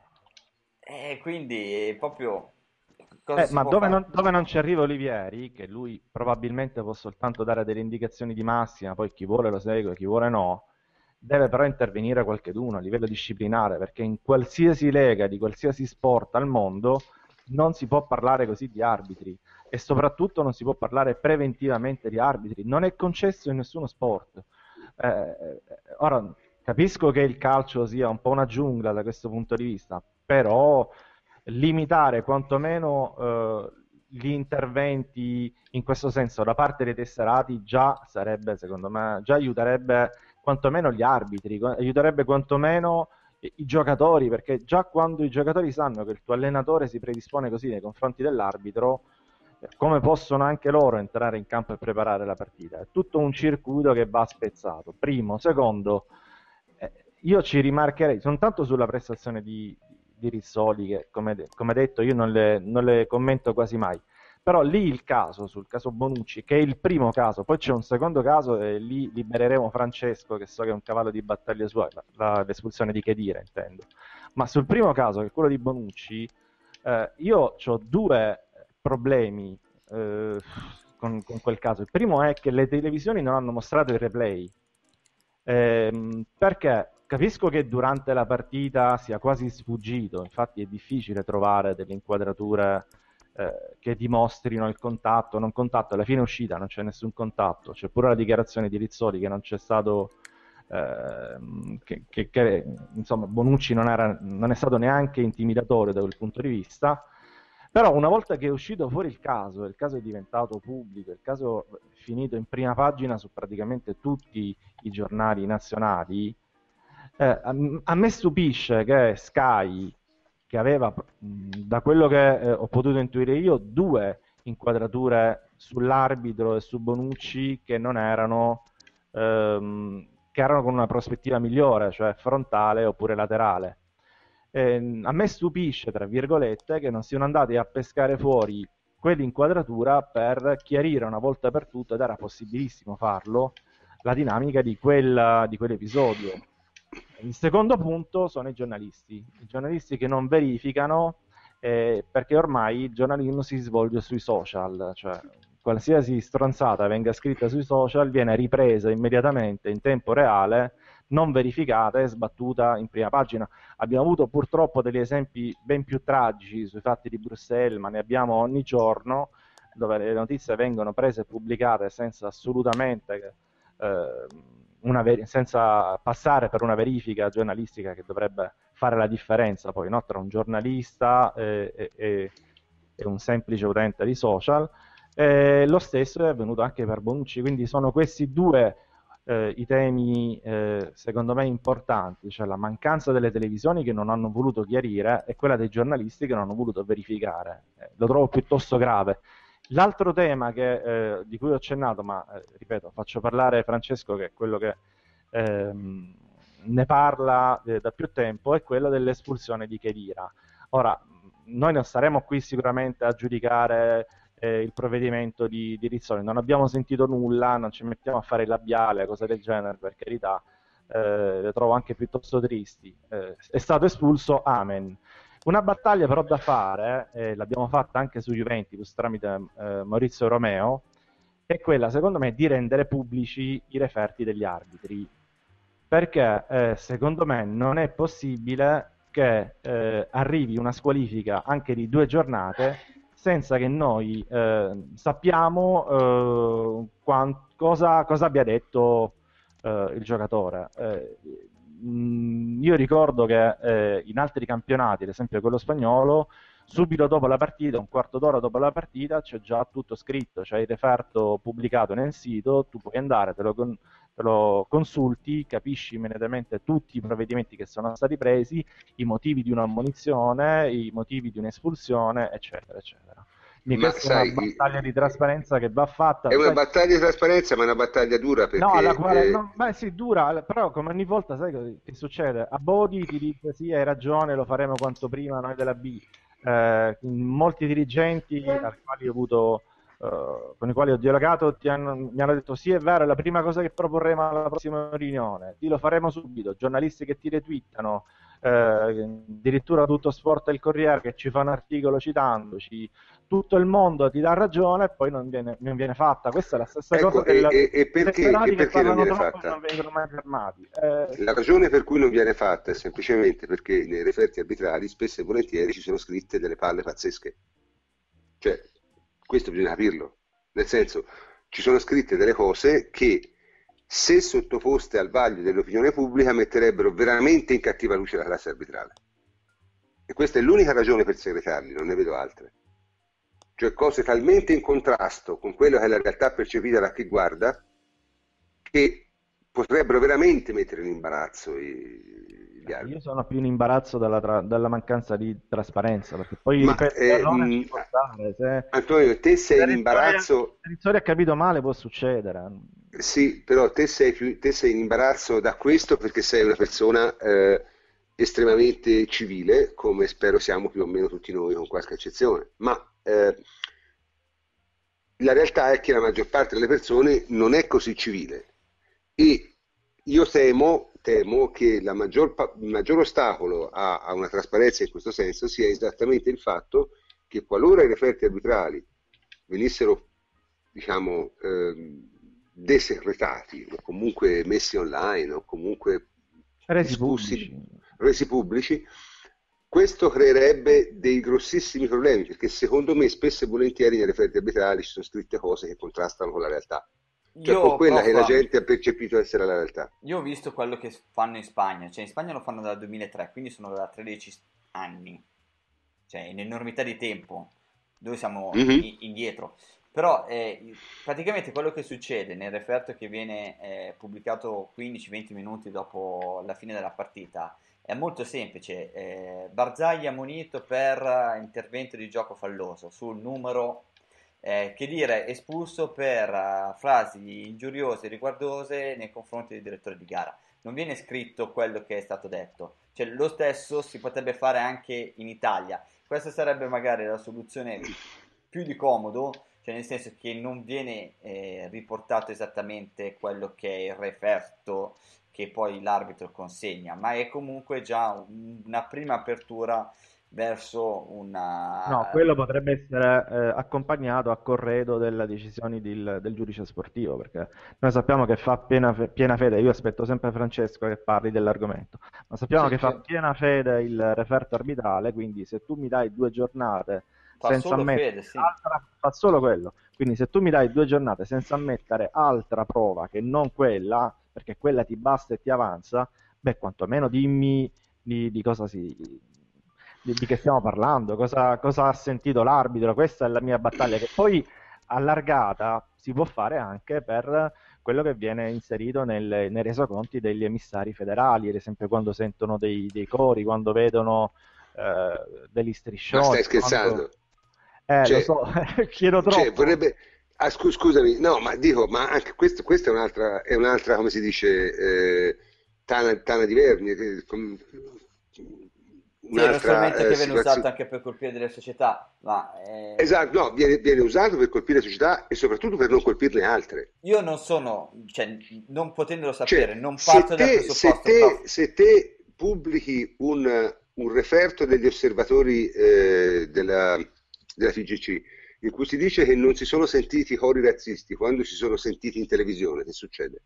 Eh, quindi è proprio cosa Eh, si ma può dove fare? non, dove non ci arriva Olivieri, che lui probabilmente può soltanto dare delle indicazioni di massima, poi chi vuole lo segue, chi vuole no, deve però intervenire qualcheduno a livello disciplinare, perché in qualsiasi lega di qualsiasi sport al mondo non si può parlare così di arbitri e soprattutto non si può parlare preventivamente di arbitri, non è concesso in nessuno sport. Eh, ora, capisco che il calcio sia un po' una giungla da questo punto di vista, però limitare quantomeno eh, gli interventi in questo senso da parte dei tesserati già sarebbe, secondo me, già aiuterebbe quantomeno gli arbitri, aiuterebbe quantomeno i giocatori, perché già quando i giocatori sanno che il tuo allenatore si predispone così nei confronti dell'arbitro, come possono anche loro entrare in campo e preparare la partita? È tutto un circuito che va spezzato. Primo, secondo, eh, io ci rimarcherei soltanto sulla prestazione di, di Rizzoli, che come, come detto io non le, non le commento quasi mai. Però lì il caso, sul caso Bonucci, che è il primo caso, poi c'è un secondo caso e lì libereremo Francesco, che so che è un cavallo di battaglia sua, la, la, l'espulsione di Khedira intendo. Ma sul primo caso, che è quello di Bonucci, eh, io ho due problemi eh, con, con quel caso. Il primo è che le televisioni non hanno mostrato il replay. Eh, perché capisco che durante la partita sia quasi sfuggito, infatti è difficile trovare delle inquadrature eh, che dimostrino il contatto, non contatto, alla fine è uscita, non c'è nessun contatto, c'è pure la dichiarazione di Rizzoli che non c'è stato, eh, che, che, che insomma Bonucci non, era, non è stato neanche intimidatorio da quel punto di vista. Però una volta che è uscito fuori il caso, il caso è diventato pubblico, il caso è finito in prima pagina su praticamente tutti i giornali nazionali, eh, a, a me stupisce che Sky, che aveva, da quello che eh, ho potuto intuire io, due inquadrature sull'arbitro e su Bonucci che non erano, ehm, che erano con una prospettiva migliore, cioè frontale oppure laterale. Eh, a me stupisce, tra virgolette, che non siano andati a pescare fuori quell'inquadratura per chiarire una volta per tutte, ed era possibilissimo farlo, la dinamica di, quel, di quell'episodio. Il secondo punto sono i giornalisti, i giornalisti che non verificano, eh, perché ormai il giornalismo si svolge sui social, cioè qualsiasi stronzata venga scritta sui social viene ripresa immediatamente in tempo reale, non verificata e sbattuta in prima pagina. Abbiamo avuto purtroppo degli esempi ben più tragici sui fatti di Bruxelles, ma ne abbiamo ogni giorno, dove le notizie vengono prese e pubblicate senza assolutamente eh, una ver- senza passare per una verifica giornalistica che dovrebbe fare la differenza poi, no, tra un giornalista e, e, e, e un semplice utente di social. Eh, lo stesso è avvenuto anche per Bonucci, quindi sono questi due eh, i temi eh, secondo me importanti, cioè la mancanza delle televisioni che non hanno voluto chiarire e quella dei giornalisti che non hanno voluto verificare. Eh, lo trovo piuttosto grave. L'altro tema che, eh, di cui ho accennato, ma eh, ripeto, faccio parlare Francesco, che è quello che ehm, ne parla eh, da più tempo, è quello dell'espulsione di Khedira. Ora, noi non staremo qui sicuramente a giudicare eh, il provvedimento di, di Rizzoli, non abbiamo sentito nulla, non ci mettiamo a fare il labiale, cose del genere, per carità, eh, le trovo anche piuttosto tristi. Eh, è stato espulso, amen. Una battaglia però da fare, eh, l'abbiamo fatta anche su Juventus tramite eh, Maurizio Romeo, è quella secondo me di rendere pubblici i referti degli arbitri, perché eh, secondo me non è possibile che eh, arrivi una squalifica anche di due giornate senza che noi eh, sappiamo eh, quant- cosa, cosa abbia detto eh, il giocatore. Eh, io ricordo che eh, in altri campionati, ad esempio quello spagnolo, subito dopo la partita, un quarto d'ora dopo la partita, c'è già tutto scritto, c'è il referto pubblicato nel sito, tu puoi andare, te lo, con- te lo consulti, capisci immediatamente tutti i provvedimenti che sono stati presi, i motivi di un'ammonizione, i motivi di un'espulsione, eccetera, eccetera. Quindi Ma questa è una sai, battaglia di trasparenza che va fatta. è una Sai, battaglia di trasparenza, ma è una battaglia dura no, alla perché quale, eh, no, beh sì, dura, però come ogni volta, sai che, che succede? A Bodi ti dice sì, hai ragione, lo faremo quanto prima noi della B. Eh, molti dirigenti ai quali ho avuto, eh, con i quali ho dialogato ti hanno, mi hanno detto sì, è vero, è la prima cosa che proporremo alla prossima riunione, sì, lo faremo subito. Giornalisti che ti retweetano, eh, addirittura Tutto Sport e il Corriere che ci fa un articolo citandoci, tutto il mondo ti dà ragione e poi non viene, non viene fatta. Questa è la stessa ecco, cosa e, della, e- e dei perché, tesserati e che perché non parlano viene troppo e fatta? non vengono mai fermati. Eh, La ragione per cui non viene fatta è semplicemente perché nei referti arbitrali spesso e volentieri ci sono scritte delle palle pazzesche. Cioè, questo bisogna capirlo. Nel senso, ci sono scritte delle cose che, se sottoposte al vaglio dell'opinione pubblica, metterebbero veramente in cattiva luce la classe arbitrale. E questa è l'unica ragione per segretarli, non ne vedo altre. Cioè cose talmente in contrasto con quello che è la realtà percepita da chi guarda, che potrebbero veramente mettere in imbarazzo i- gli arbitri. io sono più in imbarazzo dalla, tra- dalla mancanza di trasparenza, perché poi, Ma ripeto, eh, l'errore ci mh, può stare. Se, Antonio, te sei se in Rizzoli imbarazzo. se Rizzoli ha capito male può succedere. Sì, però te sei, più, te sei in imbarazzo da questo perché sei una persona eh, estremamente civile, come spero siamo più o meno tutti noi, con qualche eccezione. Ma eh, la realtà è che la maggior parte delle persone non è così civile. E io temo, temo che la maggior, pa- il maggior ostacolo a, a una trasparenza in questo senso sia esattamente il fatto che qualora i referti arbitrali venissero, diciamo, ehm, desecretati o comunque messi online o comunque Resi discussi, pubblici. resi pubblici, questo creerebbe dei grossissimi problemi, perché secondo me spesso e volentieri nelle referti arbitrali ci sono scritte cose che contrastano con la realtà, cioè con Io, quella che la prof, gente ha percepito essere la realtà. io ho visto quello che fanno in Spagna, cioè in Spagna lo fanno dal duemilatré, quindi sono da tredici anni, cioè in enormità di tempo, dove siamo Mhm. i- indietro. Però eh, praticamente quello che succede nel referto che viene eh, pubblicato quindici venti minuti dopo la fine della partita è molto semplice. Eh, Barzagli ammonito per eh, intervento di gioco falloso sul numero, eh, che dire, espulso per eh, frasi ingiuriose e riguardose nei confronti del direttore di gara. Non viene scritto quello che è stato detto. Cioè, lo stesso si potrebbe fare anche in Italia. Questa sarebbe magari la soluzione più di comodo, cioè nel senso che non viene eh, riportato esattamente quello che è il referto che poi l'arbitro consegna, ma è comunque già un- una prima apertura verso No, una... quello potrebbe essere eh, accompagnato a corredo delle decisioni del, del giudice sportivo, perché noi sappiamo che fa piena, fe- piena fede, io aspetto sempre Francesco che parli dell'argomento, ma sappiamo Sì, che fa sì. piena fede il referto arbitrale, quindi se tu mi dai due giornate Fa senza solo ammettere fede, sì. altra, fa solo quello, quindi se tu mi dai due giornate senza ammettere altra prova che non quella, perché quella ti basta e ti avanza, beh, quantomeno dimmi di, di cosa si, di, di che stiamo parlando, cosa, cosa ha sentito l'arbitro, questa è la mia battaglia, che poi allargata si può fare anche per quello che viene inserito nel- nei resoconti degli emissari federali, ad esempio quando sentono dei, dei cori, quando vedono eh, degli Ma striscioni, stai quando... scherzando? Eh, lo Cioè, so, chiedo cioè, troppo. vorrebbe... ah, scu- scusami, no, ma dico, ma anche questo, questa è un'altra, è un'altra, come si dice, eh, tana, tana di vergine, che- com- Sì, è uno strumento un'altra che eh, viene usato situazione. anche per colpire delle società, ma eh, Esatto, no, viene, viene usato per colpire la società e soprattutto per non colpirne altre. io non sono, cioè, non potendolo Cioè, sapere, non se parto dal te, se presupposto, prof. te, se te pubblichi un, un referto degli osservatori eh, della, della F I G C in cui si dice che non si sono sentiti cori razzisti quando si sono sentiti in televisione, che succede?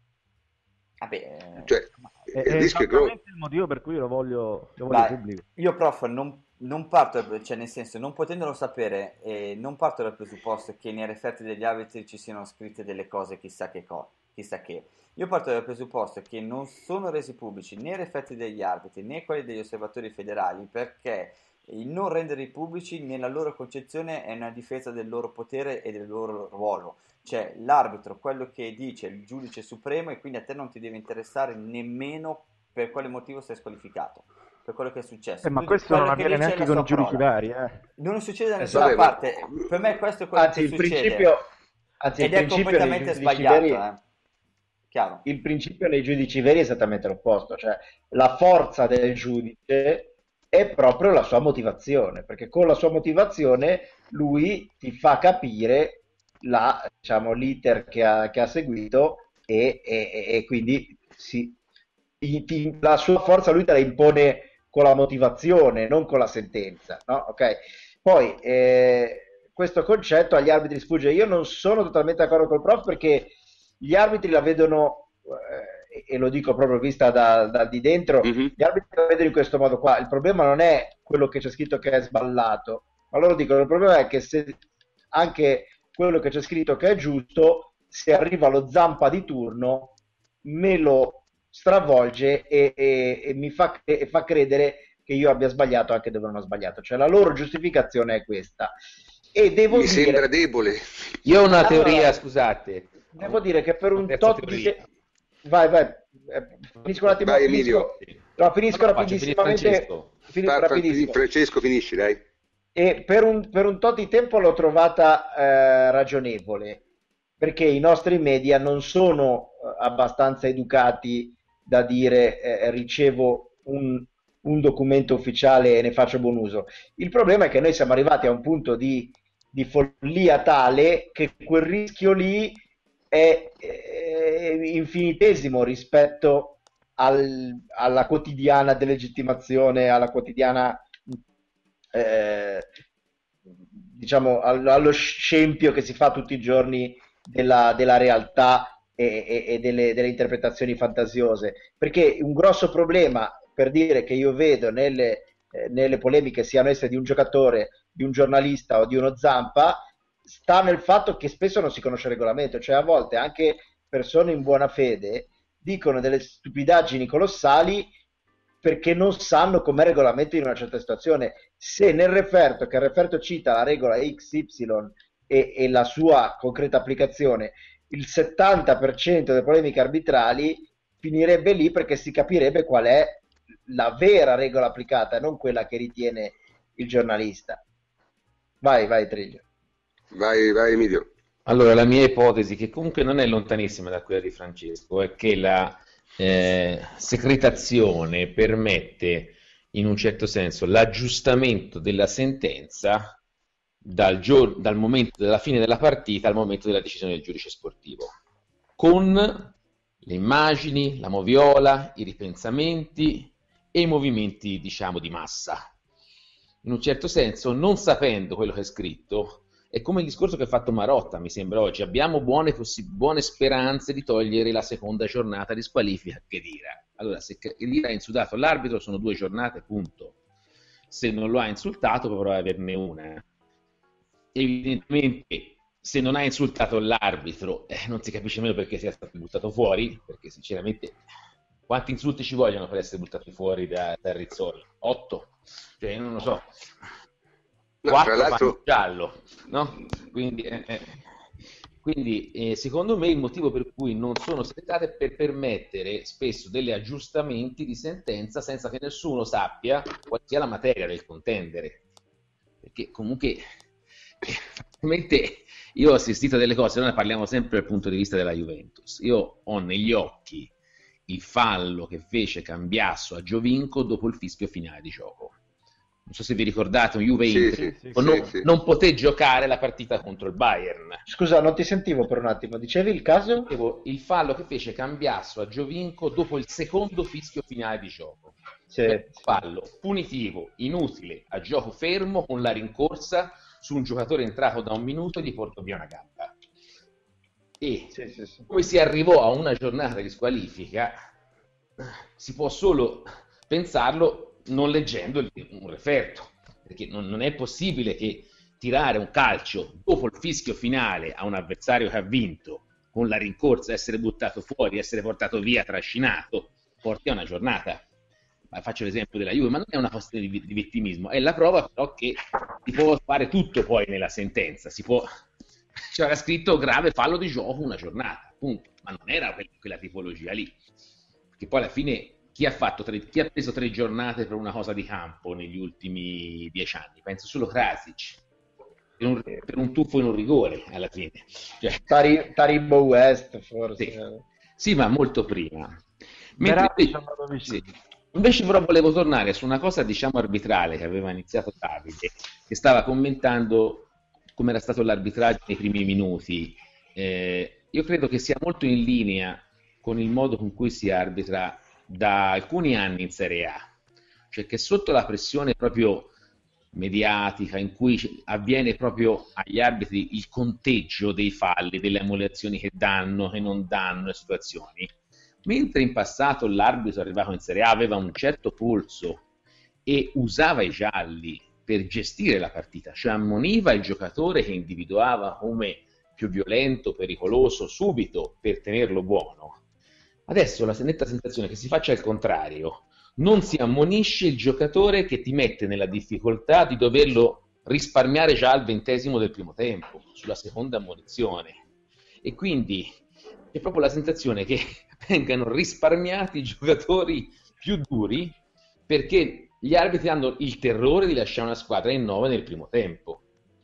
Vabbè, eh, Cioè, È, il è rischio è grosso. esattamente il motivo per cui lo voglio, lo voglio ma pubblico. io prof non, non parto, cioè nel senso, non potendolo sapere, eh, non parto dal presupposto che nei referti degli arbitri ci siano scritte delle cose chissà che, co- chissà che. Io parto dal presupposto che non sono resi pubblici né i referti degli arbitri né quelli degli osservatori federali perché il non renderli pubblici nella loro concezione è una difesa del loro potere e del loro ruolo. Cioè l'arbitro, quello che dice il giudice supremo e quindi a te non ti deve interessare nemmeno per quale motivo sei squalificato, per quello che è Eh, successo. ma Tu, questo non quello che avviene dice è la neanche con i sua giudici parola. vari, eh. Non succede da nessuna Vabbè, Esatto. ma parte. Per me questo è quello Anzi, che il succede principio, anzi, il ed è principio nei completamente giudici sbagliato, veri, eh. Chiaro? il principio nei giudici veri è esattamente l'opposto, cioè la forza del giudice è proprio la sua motivazione, perché con la sua motivazione lui ti fa capire la, diciamo, l'iter che ha, che ha seguito e, e- e quindi si- ti- ti- la sua forza lui te la impone con la motivazione, non con la sentenza, no? Ok? Poi eh, questo concetto agli arbitri sfugge. Io non sono totalmente d'accordo col prof perché gli arbitri la vedono, eh, e lo dico proprio vista da, da di dentro, Mhm. gli arbitri la vedono in questo modo qua. Il problema non è quello che c'è scritto che è sballato, ma loro dicono il problema è che se anche quello che c'è scritto che è giusto, se arriva lo Zampa di turno, me lo stravolge e, e- e mi fa, e fa credere che io abbia sbagliato anche dove non ho sbagliato. Cioè la loro giustificazione è questa. E devo Mi dire, sembra debole. Io ho una Allora, teoria, scusate. devo dire che per Una un terza tot di teoria. te... Vai, vai, eh, finisco un attimo, Vai, finisco, Emilio. no, finisco No, no, faccio finire rapidissimamente, Francesco. fini- Fa- fa- rapidissimo. Francesco, finisci, dai. E per un, per un tot di tempo l'ho trovata eh, ragionevole, perché i nostri media non sono eh, abbastanza educati da dire eh, ricevo un, un documento ufficiale e ne faccio buon uso. Il problema è che noi siamo arrivati a un punto di, di follia tale che quel rischio lì è, è infinitesimo rispetto al- alla quotidiana delegittimazione, alla quotidiana eh, diciamo al- allo scempio che si fa tutti i giorni della, della realtà e, e- e delle, delle interpretazioni fantasiose, perché un grosso problema, per dire, che io vedo nelle, eh, nelle polemiche, siano esse di un giocatore, di un giornalista o di uno Zampa, sta nel fatto che spesso non si conosce il regolamento, cioè a volte anche persone in buona fede dicono delle stupidaggini colossali perché non sanno com'è il regolamento in una certa situazione. Se nel referto, che il referto cita la regola X Y e, e la sua concreta applicazione, il settanta per cento delle polemiche arbitrali finirebbe lì, perché si capirebbe qual è la vera regola applicata e non quella che ritiene il giornalista. Vai, vai Triglio. Vai, vai Emilio. Allora, la mia ipotesi, che comunque non è lontanissima da quella di Francesco, è che la eh, secretazione permette in un certo senso l'aggiustamento della sentenza dal, gior- dal momento della fine della partita al momento della decisione del giudice sportivo, con le immagini, la moviola, i ripensamenti e i movimenti, diciamo, di massa. In un certo senso, non sapendo quello che è scritto, è come il discorso che ha fatto Marotta, mi sembra oggi. Abbiamo buone, possi- buone speranze di togliere la seconda giornata di squalifica a Khedira. Allora, se Khedira ha insultato l'arbitro, sono due giornate, punto. Se non lo ha insultato, potrà averne una. Evidentemente, se non ha insultato l'arbitro, eh, non si capisce nemmeno perché sia stato buttato fuori, perché sinceramente, quanti insulti ci vogliono per essere buttati fuori da, da Rizzoli? Otto? Cioè, non lo so. No, Quattro tra l'altro- fanno giallo, no? Quindi, eh, eh. Quindi eh, secondo me il motivo per cui non sono segretate è per permettere spesso degli aggiustamenti di sentenza senza che nessuno sappia quale sia la materia del contendere, perché comunque veramente io ho assistito a delle cose. Noi parliamo sempre dal punto di vista della Juventus. Io ho negli occhi il fallo che fece Cambiasso a Giovinco dopo il fischio finale di gioco. Non so se vi ricordate, un Juve Sì, Inter, sì, o non, sì, sì. non poté giocare la partita contro il Bayern. Scusa, non ti sentivo per un attimo. Dicevi il caso? Dicevo, il fallo che fece Cambiasso a Giovinco dopo il secondo fischio finale di gioco. Sì, È un sì. fallo punitivo, inutile, a gioco fermo, con la rincorsa su un giocatore entrato da un minuto e gli portò via una gamba. E Sì, sì, sì. come si arrivò a una giornata di squalifica si può solo pensarlo non leggendo il- un referto, perché non, non è possibile che tirare un calcio dopo il fischio finale a un avversario che ha vinto, con la rincorsa, essere buttato fuori, essere portato via, trascinato, porti a una giornata. Ma faccio l'esempio della Juve, ma non è una questione di, di vittimismo, è la prova però che si può fare tutto poi nella sentenza. Si può, c'era scritto grave fallo di gioco una giornata, punto, ma non era que- quella tipologia lì, perché poi alla fine chi ha, fatto tre, chi ha preso tre giornate per una cosa di campo negli ultimi dieci anni? Penso solo Krasic, per un, per un tuffo in un rigore alla fine. Cioè, Tari- Taribo West, forse. sì. Sì, ma molto prima. Mentre Berardi ci è invece, andato vicino. sì. Invece però volevo tornare su una cosa, diciamo, arbitrale che aveva iniziato Davide, che stava commentando come era stato l'arbitraggio nei primi minuti. Eh, io credo che sia molto in linea con il modo con cui si arbitra da alcuni anni in Serie A, cioè che sotto la pressione proprio mediatica, in cui c- avviene proprio agli arbitri il conteggio dei falli, delle emulazioni che danno, che non danno le situazioni, mentre in passato l'arbitro arrivato in Serie A aveva un certo polso e usava i gialli per gestire la partita, cioè ammoniva il giocatore che individuava come più violento, pericoloso, subito per tenerlo buono. Adesso la netta sensazione è che si faccia il contrario, non si ammonisce il giocatore che ti mette nella difficoltà di doverlo risparmiare già al ventesimo del primo tempo, sulla seconda ammonizione. E quindi c'è proprio la sensazione che vengano risparmiati i giocatori più duri perché gli arbitri hanno il terrore di lasciare una squadra in nove nel primo tempo.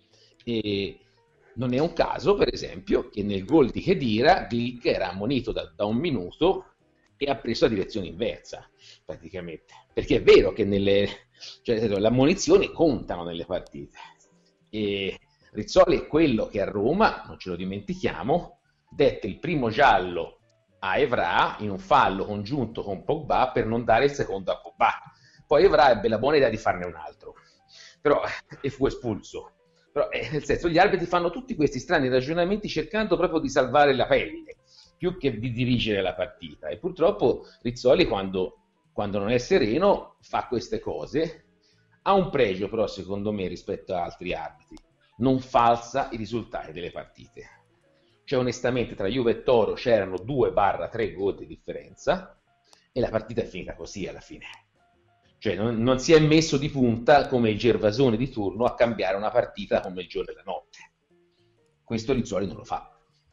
E non è un caso, per esempio, che nel gol di Khedira Glick era ammonito da, da un minuto e ha preso la direzione inversa, praticamente. Perché è vero che nelle, cioè, le ammonizioni contano nelle partite. E Rizzoli è quello che a Roma, non ce lo dimentichiamo, dette il primo giallo a Evra in un fallo congiunto con Pogba per non dare il secondo a Pogba. Poi Evra ebbe la buona idea di farne un altro, però, e fu espulso. Però, eh, nel senso, gli arbitri fanno tutti questi strani ragionamenti cercando proprio di salvare la pelle, più che di dirigere la partita. E purtroppo Rizzoli, quando, quando non è sereno, fa queste cose. Ha un pregio però, secondo me, rispetto a altri arbitri: non falsa i risultati delle partite. Cioè, onestamente, tra Juve e Toro c'erano due tre gol di differenza e la partita è finita così alla fine. Cioè, non, non si è messo di punta come il Gervasoni di turno a cambiare una partita come il giorno e la notte. Questo Rizzoli non lo fa.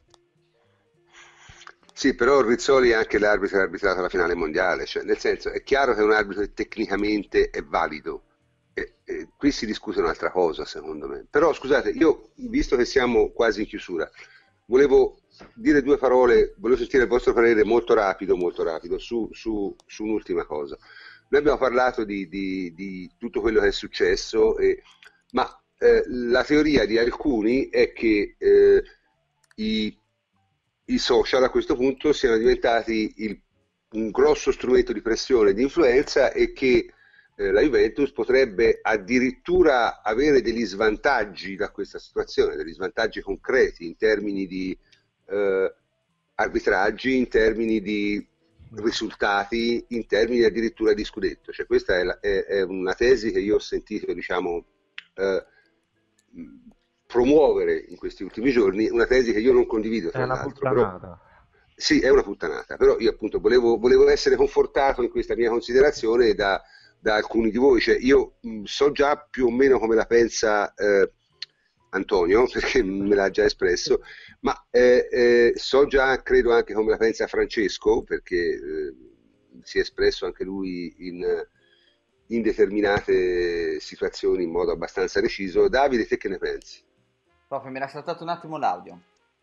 Sì, però Rizzoli è anche l'arbitro che ha arbitrato la finale mondiale, cioè, nel senso, è chiaro che è un arbitro che tecnicamente è valido. E, e qui si discute un'altra cosa, secondo me. Però scusate, io, visto che siamo quasi in chiusura, volevo dire due parole, volevo sentire il vostro parere molto rapido, molto rapido, su, su, su un'ultima cosa. Noi abbiamo parlato di, di, di tutto quello che è successo, e, ma eh, la teoria di alcuni è che eh, i, i social a questo punto siano diventati il, un grosso strumento di pressione e di influenza, e che eh, la Juventus potrebbe addirittura avere degli svantaggi da questa situazione, degli svantaggi concreti in termini di eh, arbitraggi, in termini di risultati, in termini addirittura di scudetto. Cioè, questa è, la, è, è una tesi che io ho sentito, diciamo, eh, promuovere in questi ultimi giorni, una tesi che io non condivido, tra È una l'altro. puttanata. Però, sì, è una puttanata, però io appunto volevo, volevo essere confortato in questa mia considerazione da, da alcuni di voi. Cioè, io mh, so già più o meno come la pensa eh, Antonio, perché me l'ha già espresso, ma eh, eh, so già, credo anche come la pensa Francesco, perché eh, si è espresso anche lui in, in determinate situazioni in modo abbastanza deciso. Davide, te che ne pensi? Proprio mi era saltato un attimo l'audio.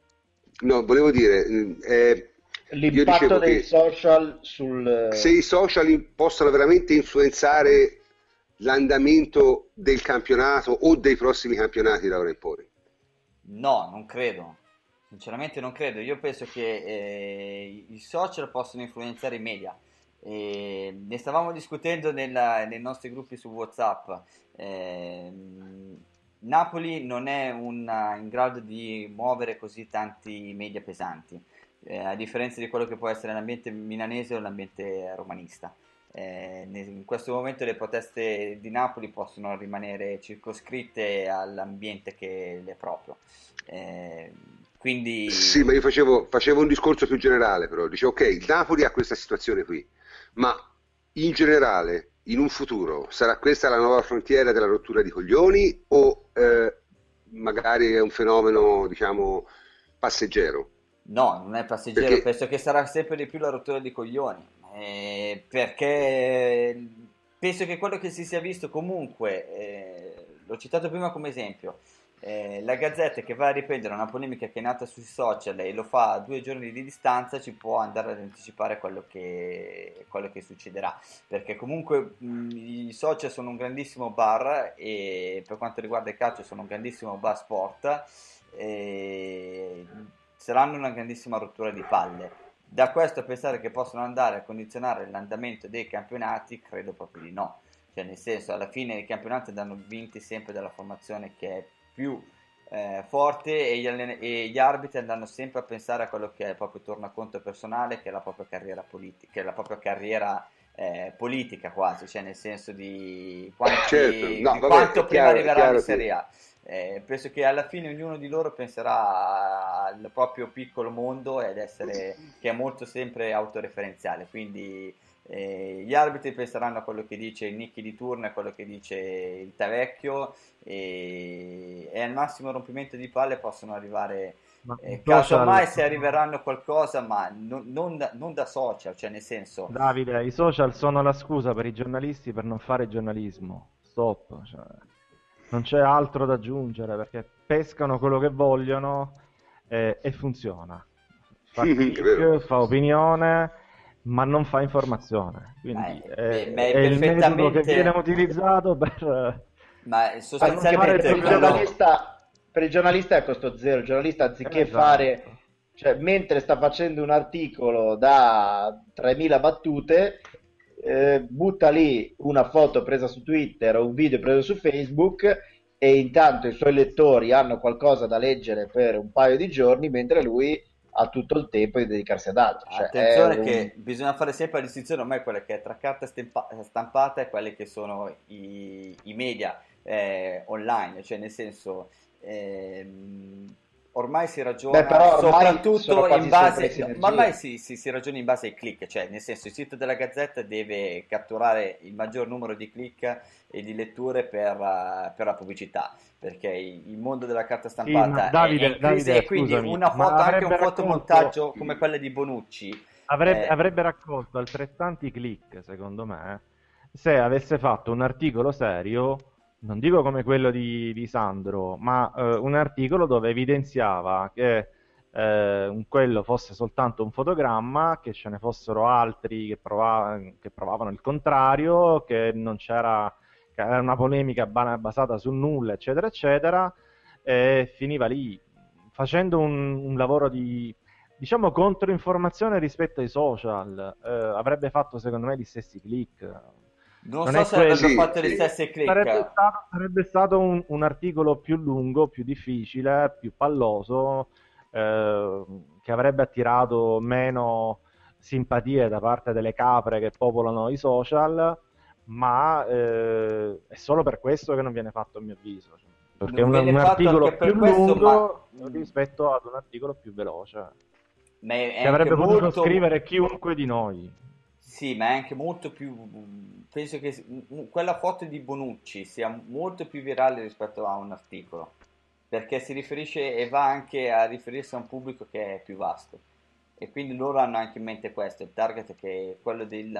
No, volevo dire, eh, l'impatto dei che social sul... se i social possono veramente influenzare l'andamento del campionato o dei prossimi campionati da ora in poi. No, non credo. Sinceramente non credo. Io penso che eh, i social possono influenzare i media. E ne stavamo discutendo nella, nei nostri gruppi su WhatsApp. Eh, Napoli non è una, in grado di muovere così tanti media pesanti, eh, a differenza di quello che può essere l'ambiente milanese o l'ambiente romanista. Eh, in questo momento le proteste di Napoli possono rimanere circoscritte all'ambiente che è proprio. Eh, quindi... Sì, ma io facevo, facevo un discorso più generale, però dicevo, ok, il Napoli ha questa situazione qui, ma in generale, in un futuro, sarà questa la nuova frontiera della rottura di coglioni, o eh, magari è un fenomeno, diciamo, passeggero? No, non è passeggero, Perché... penso che sarà sempre di più la rottura di coglioni, eh, perché penso che quello che si sia visto comunque, eh, l'ho citato prima come esempio, eh, la Gazzetta che va a riprendere una polemica che è nata sui social e lo fa a due giorni di distanza, ci può andare ad anticipare quello che, quello che succederà, perché comunque mh, i social sono un grandissimo bar, e per quanto riguarda il calcio sono un grandissimo bar sport, e saranno una grandissima rottura di palle. Da questo a pensare che possono andare a condizionare l'andamento dei campionati, credo proprio di no. Cioè, nel senso, alla fine i campionati andranno vinti sempre dalla formazione che è più eh, forte, e gli, allen- e gli arbitri andranno sempre a pensare a quello che è il proprio tornaconto personale, che è la propria carriera politica, che è la propria carriera eh, politica quasi, cioè nel senso di, quanti, certo. No, di vabbè, quanto prima chiaro, arriveranno in che... Serie A. Eh, penso che alla fine ognuno di loro penserà al proprio piccolo mondo, ed essere che è molto sempre autoreferenziale, quindi eh, gli arbitri penseranno a quello che dice il Nicchi di turno e a quello che dice il Tavecchio, e, e al massimo rompimento di palle possono arrivare, eh, casomai se arriveranno a qualcosa, ma non, non, da, non da social, cioè nel senso... Davide, i social sono la scusa per i giornalisti per non fare giornalismo, stop, cioè... non c'è altro da aggiungere, perché pescano quello che vogliono eh, e funziona. Fa click, fa opinione, ma non fa informazione. Quindi ma è, è, è, è il metodo perfettamente... che viene utilizzato per... Ma sostanzialmente... per, il giornalista, per il giornalista è a costo zero. Il giornalista, anziché esatto. fare... Cioè, mentre sta facendo un articolo da tremila battute... Eh, butta lì una foto presa su Twitter o un video preso su Facebook, e intanto i suoi lettori hanno qualcosa da leggere per un paio di giorni, mentre lui ha tutto il tempo di dedicarsi ad altro. Cioè, Attenzione un... che bisogna fare sempre la distinzione ormai quella che è tra carta stampa- stampata e quelli che sono i, i media eh, online, cioè nel senso ehm, ormai si ragiona Beh, però ormai soprattutto sono quasi in base, sempre no, sinergie. ma ormai si, si, si ragiona in base ai click, cioè nel senso il sito della Gazzetta deve catturare il maggior numero di click e di letture per, uh, per la pubblicità, perché il mondo della carta Sì, ma stampata è, è Davide, in crisi Davide, e quindi scusami, una ma foto, anche un avrebbe raccolto, fotomontaggio come quella di Bonucci avrebbe, eh, avrebbe raccolto altrettanti click, secondo me, se avesse fatto un articolo serio, non dico come quello di, di Sandro, ma eh, un articolo dove evidenziava che eh, un- quello fosse soltanto un fotogramma, che ce ne fossero altri che, prova- che provavano il contrario, che non c'era, che era una polemica ba- basata su nulla, eccetera, eccetera, e finiva lì, facendo un, un lavoro di, diciamo, controinformazione rispetto ai social. Eh, avrebbe fatto, secondo me, gli stessi click. non Non so è se avrebbero quello. Sì, fatto le sì. stesse Sarebbe click. stato, sarebbe stato un, un articolo più lungo, più difficile, più palloso, eh, che avrebbe attirato meno simpatie da parte delle capre che popolano i social, ma eh, è solo per questo che non viene fatto, a mio avviso. Perché è Non un, viene un fatto anche articolo per più questo, ma, lungo rispetto ad un articolo più veloce, ma è è che anche avrebbe potuto molto, scrivere chiunque di noi. sì, ma è anche molto più, penso che s- m- quella foto di Bonucci sia molto più virale rispetto a un articolo, perché si riferisce e va anche a riferirsi a un pubblico che è più vasto. E quindi loro hanno anche in mente questo, il target che è quello del,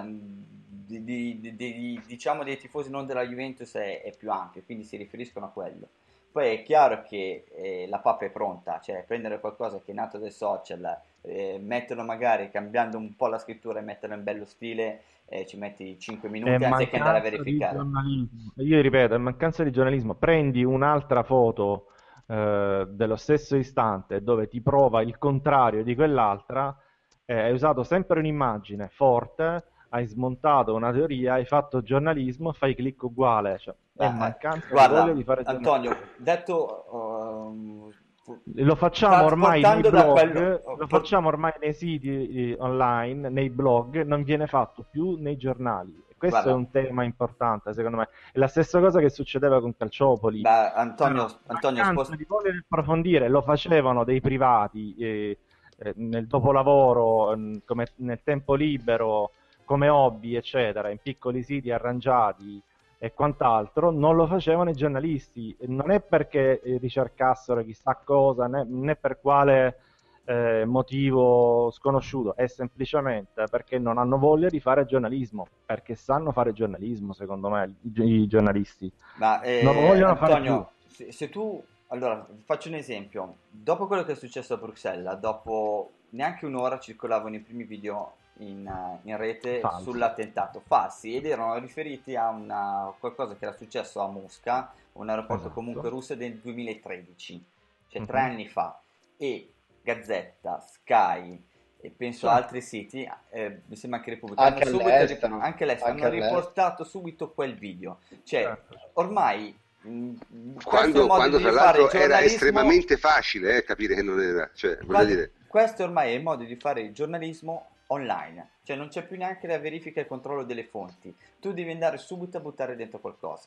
di, di- di- di- diciamo dei tifosi non della Juventus è, è più ampio, quindi si riferiscono a quello. Poi è chiaro che eh, la pappa è pronta, cioè prendere qualcosa che è nato dai social, eh, metterlo magari cambiando un po' la scrittura e metterlo in bello stile, eh, ci metti cinque È minuti anziché andare a mancanza di verificare. giornalismo. Io ripeto, è mancanza di giornalismo. Prendi un'altra foto eh, dello stesso istante dove ti prova il contrario di quell'altra, eh, hai usato sempre un'immagine forte, hai smontato una teoria, hai fatto giornalismo, fai click uguale. Cioè, è Ma, eh, mancanza di voglia guarda, di fare Antonio, giornalismo. detto ehm, Lo facciamo ormai nei trasportando da quello, blog, lo facciamo ormai nei siti eh, online, nei blog, non viene fatto più nei giornali. E questo è guarda, un tema importante, secondo me. È la stessa cosa che succedeva con Calciopoli. ma Però, Antonio, Antonio, mancanza spost- di voler approfondire, lo facevano dei privati eh, eh, nel dopolavoro, eh, come nel tempo libero, come hobby, eccetera, in piccoli siti arrangiati e quant'altro, non lo facevano i giornalisti. Non è perché eh, ricercassero chissà cosa, né, né per quale eh, motivo sconosciuto, è semplicemente perché non hanno voglia di fare giornalismo, perché sanno fare giornalismo, secondo me, i, gi- i giornalisti. ma Non lo eh, vogliono fare più. Antonio, se, se tu, allora, faccio un esempio, dopo quello che è successo a Bruxelles, dopo neanche un'ora circolavano i primi video in, eh, in rete Falsi. sull'attentato, falsi, ed erano riferiti a una, qualcosa che era successo a Mosca, un aeroporto Esatto. comunque russo del duemilatredici, cioè tre Mhm. anni fa, e Gazzetta, Sky e penso Certo. altri siti, eh, mi sembra anche Repubblica, Anche hanno subito, all'estero. rip- anche all'estero, Anche hanno all'estero. riportato subito quel video, cioè Certo. ormai mh, questo è Quando, il modo quando di tra fare l'altro era giornalismo, estremamente facile eh, capire che non era, cioè, voglio guarda, dire, questo ormai è il modo di fare il giornalismo online, cioè non c'è più neanche la verifica e il controllo delle fonti, tu devi andare subito a buttare dentro qualcosa,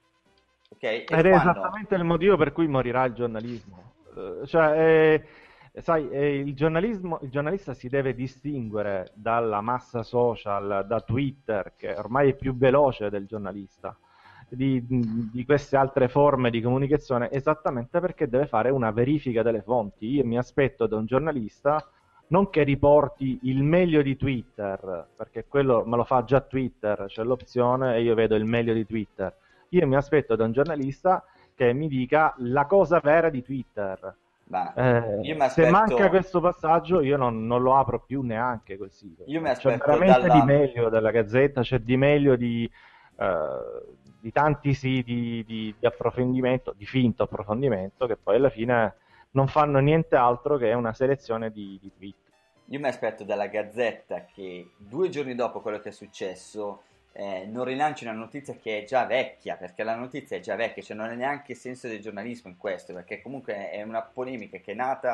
ok? E Ed è quando esattamente il motivo per cui morirà il giornalismo. Eh, cioè, eh, sai, eh, il giornalismo, il giornalista si deve distinguere dalla massa social, da Twitter, che ormai è più veloce del giornalista, di, di queste altre forme di comunicazione, esattamente perché deve fare una verifica delle fonti. Io mi aspetto da un giornalista non che riporti il meglio di Twitter, perché quello me lo fa già Twitter, c'è l'opzione e io vedo il meglio di Twitter. Io mi aspetto da un giornalista che mi dica la cosa vera di Twitter. ma Eh, io mi se aspetto manca questo passaggio io non, non lo apro più neanche quel sito. io mi C'è aspetto veramente dalla di meglio della Gazzetta, c'è di meglio di, eh, di tanti siti di, di approfondimento, di finto approfondimento, che poi alla fine non fanno niente altro che una selezione di, di tweet. Io mi aspetto dalla Gazzetta che due giorni dopo quello che è successo eh, non rilanci una notizia che è già vecchia, perché la notizia è già vecchia, cioè non è neanche senso del giornalismo in questo, perché comunque è una polemica che è nata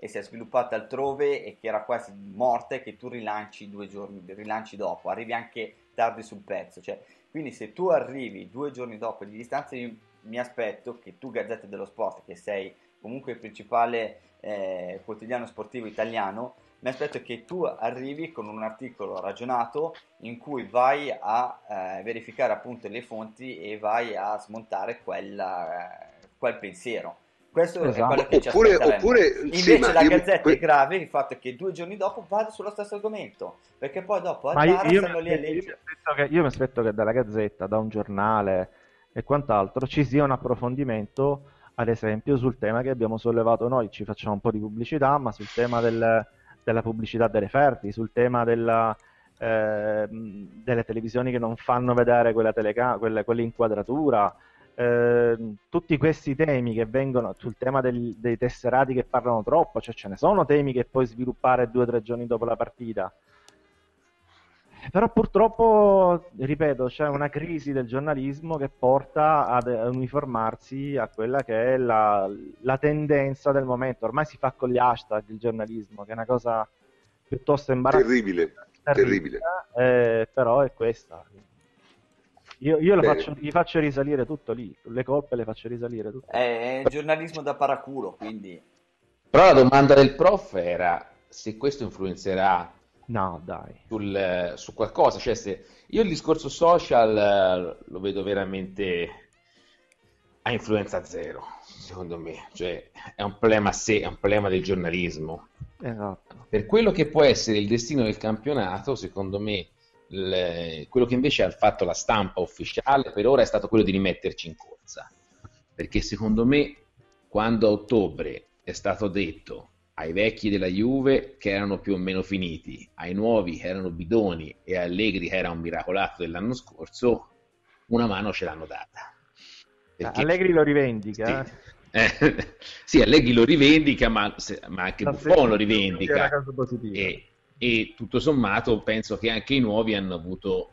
e si è sviluppata altrove e che era quasi morta e che tu rilanci due giorni, rilanci dopo, arrivi anche tardi sul pezzo, cioè, quindi se tu arrivi due giorni dopo di distanza, io mi aspetto che tu, Gazzetta dello Sport, che sei comunque il principale eh, quotidiano sportivo italiano, mi aspetto che tu arrivi con un articolo ragionato in cui vai a eh, verificare appunto le fonti e vai a smontare quella, eh, quel pensiero. Questo Esatto. è quello che ci Oppure, aspetteremo. oppure Invece sì, ma la io- Gazzetta que- è grave il fatto che due giorni dopo vada sullo stesso argomento, perché poi dopo a Ma io, gara io mi stanno lì a aspetto, io mi leggere. aspetto che, io mi aspetto che dalla Gazzetta, da un giornale e quant'altro ci sia un approfondimento, ad esempio, sul tema che abbiamo sollevato noi. Ci facciamo un po' di pubblicità, ma sul tema del- della pubblicità delle referti, sul tema della, eh, delle televisioni che non fanno vedere quella teleca- quelle- quell'inquadratura. Eh, tutti questi temi che vengono sul tema del- dei tesserati che parlano troppo, cioè ce ne sono temi che puoi sviluppare due o tre giorni dopo la partita. Però purtroppo, ripeto, c'è una crisi del giornalismo che porta ad uniformarsi a quella che è la, la tendenza del momento. Ormai si fa con gli hashtag il giornalismo, che è una cosa piuttosto imbarazzante. terribile, terribile. eh, però è questa. Io, io lo Bene. faccio, gli faccio risalire tutto lì, le colpe le faccio risalire tutte. È, è giornalismo da paraculo, quindi Però la domanda del prof era se questo influenzerà No, dai. sul, su qualcosa, cioè se io il discorso social eh, lo vedo veramente a influenza zero, secondo me, cioè è un problema a sé, è un problema del giornalismo. Esatto. Per quello che può essere il destino del campionato, secondo me, il- quello che invece ha fatto la stampa ufficiale per ora è stato quello di rimetterci in corsa, perché secondo me quando a ottobre è stato detto ai vecchi della Juve che erano più o meno finiti, ai nuovi che erano bidoni e a Allegri che era un miracolato dell'anno scorso, una mano ce l'hanno data. Perché- Allegri lo rivendica. Sì. Eh, sì, Allegri lo rivendica, ma, se- ma anche La Buffon lo È una rivendica. cosa positiva. E, e tutto sommato penso che anche i nuovi hanno avuto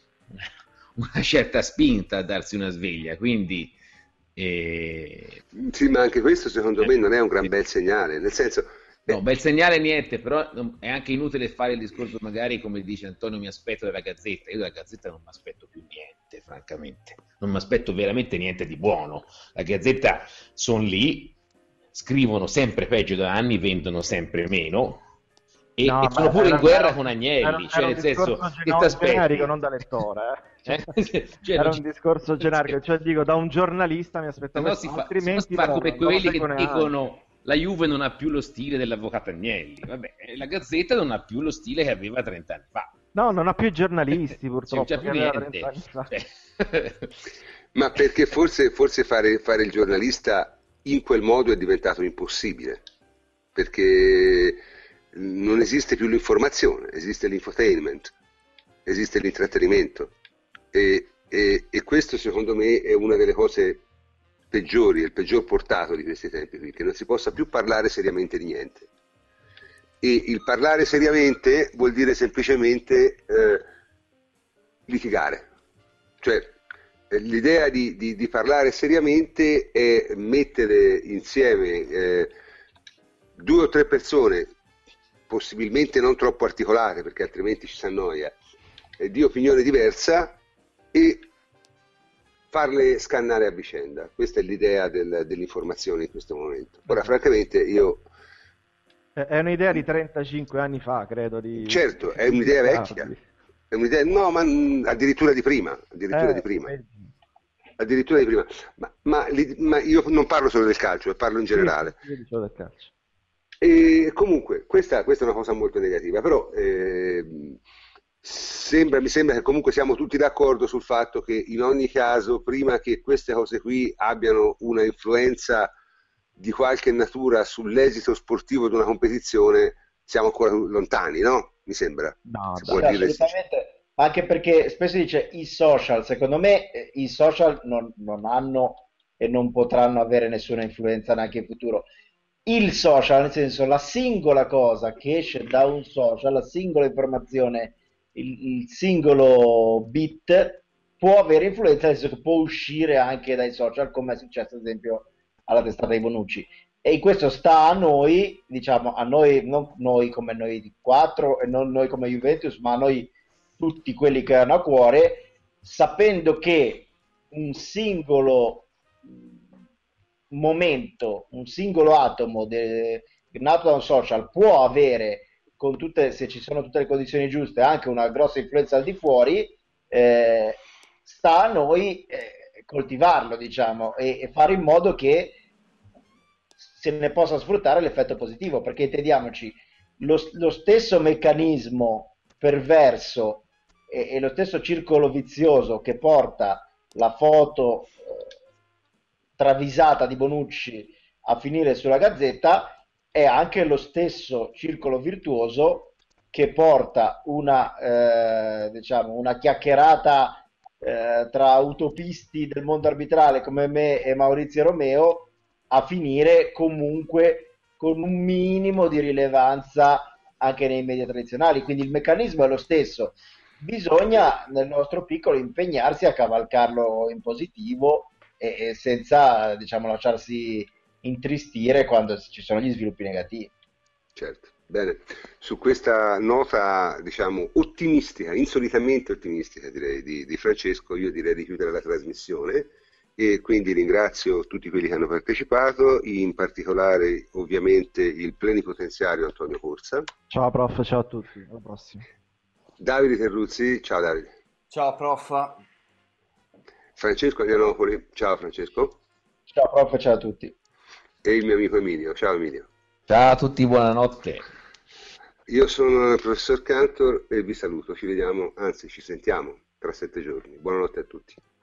una certa spinta a darsi una sveglia, quindi eh, Sì, ma anche questo secondo me non è un gran Sì. bel segnale, nel senso, eh, no, bel segnale niente, però non- è anche inutile fare il discorso magari come dice Antonio mi aspetto dalla Gazzetta. Io dalla Gazzetta non mi aspetto più niente, francamente, non mi aspetto veramente niente di buono. La Gazzetta sono lì, scrivono sempre peggio da anni, vendono sempre meno e, No, e ma sono pure era- in guerra era- con era- Agnelli, era cioè un nel senso discorso che geno- ti aspetti? generico, non da lettore, eh. Eh? Cioè, Era non un ci- discorso generico, cioè dico da un giornalista mi aspetto Se no questo, si fa, se no altrimenti si fa lo- come non lo quelli che seguo neanche. dicono la Juve non ha più lo stile dell'avvocato Agnelli. Vabbè, la Gazzetta non ha più lo stile che aveva trenta anni fa. No, non ha più giornalisti purtroppo. Sì, non c'è più che aveva niente. trenta anni fa. Cioè, ma perché forse, forse fare, fare il giornalista in quel modo è diventato impossibile, perché non esiste più l'informazione, esiste l'infotainment, esiste l'intrattenimento e, e- e questo secondo me è una delle cose peggiori, è il peggior portato di questi tempi qui, che non si possa più parlare seriamente di niente. E il parlare seriamente vuol dire semplicemente eh, litigare. Cioè, eh, l'idea di, di- di parlare seriamente è mettere insieme eh, due o tre persone, possibilmente non troppo articolate, perché altrimenti ci si annoia, eh, di opinione diversa e farle scannare a vicenda. Questa è l'idea del- dell'informazione in questo momento. Ora, francamente, io... È è un'idea di trentacinque anni fa, credo. Di... Certo, è un'idea vecchia. È un'idea, no, ma mh, addirittura di prima, addirittura Eh, di prima, vedi. addirittura di prima. Ma, ma li- ma io non parlo solo del calcio, parlo in Sì, generale. sì, io dicevo del calcio. E comunque, questa, questa è una cosa molto negativa, però ehm, sembra, mi sembra che comunque siamo tutti d'accordo sul fatto che in ogni caso, prima che queste cose qui abbiano una influenza di qualche natura sull'esito sportivo di una competizione, siamo ancora lontani, no? Mi sembra. No, Si dai. può Sì, dire sì. assolutamente, anche perché spesso dice i social, secondo me eh, i social non, non hanno e non potranno avere nessuna influenza neanche in futuro. Il social, nel senso la singola cosa che esce da un social, la singola informazione, il, il singolo bit può avere influenza, nel senso che può uscire anche dai social, come è successo ad esempio alla testata di Bonucci. E in questo sta a noi, diciamo, a noi, non noi come noi di quattro e non noi come Juventus, ma a noi tutti quelli che hanno a cuore, sapendo che un singolo momento, un singolo atomo de, nato da un social può avere, con tutte, se ci sono tutte le condizioni giuste, anche una grossa influenza al di fuori, eh, sta a noi eh, coltivarlo, diciamo, e, e fare in modo che se ne possa sfruttare l'effetto positivo, perché intendiamoci, lo, lo stesso meccanismo perverso e, e lo stesso circolo vizioso che porta la foto eh, travisata di Bonucci a finire sulla Gazzetta è anche lo stesso circolo virtuoso che porta una, eh, diciamo, una chiacchierata eh, tra utopisti del mondo arbitrale come me e Maurizio Romeo a finire comunque con un minimo di rilevanza anche nei media tradizionali. Quindi il meccanismo è lo stesso. Bisogna nel nostro piccolo impegnarsi a cavalcarlo in positivo e, e senza, diciamo, lasciarsi intristire quando ci sono gli sviluppi negativi. Certo, bene. Su questa nota, diciamo, ottimistica, insolitamente ottimistica direi, di, di Francesco, io direi di chiudere la trasmissione e quindi ringrazio tutti quelli che hanno partecipato, in particolare ovviamente il plenipotenziario Antonio Corsa. Ciao prof, ciao a tutti, alla prossima. Davide Terruzzi, ciao Davide. Ciao prof. Francesco Adrianopoli, ciao Francesco. Ciao prof, ciao a tutti. E il mio amico Emilio, ciao Emilio. Ciao a tutti, buonanotte. Io sono il professor Cantor e vi saluto, ci vediamo, anzi ci sentiamo tra sette giorni. Buonanotte a tutti.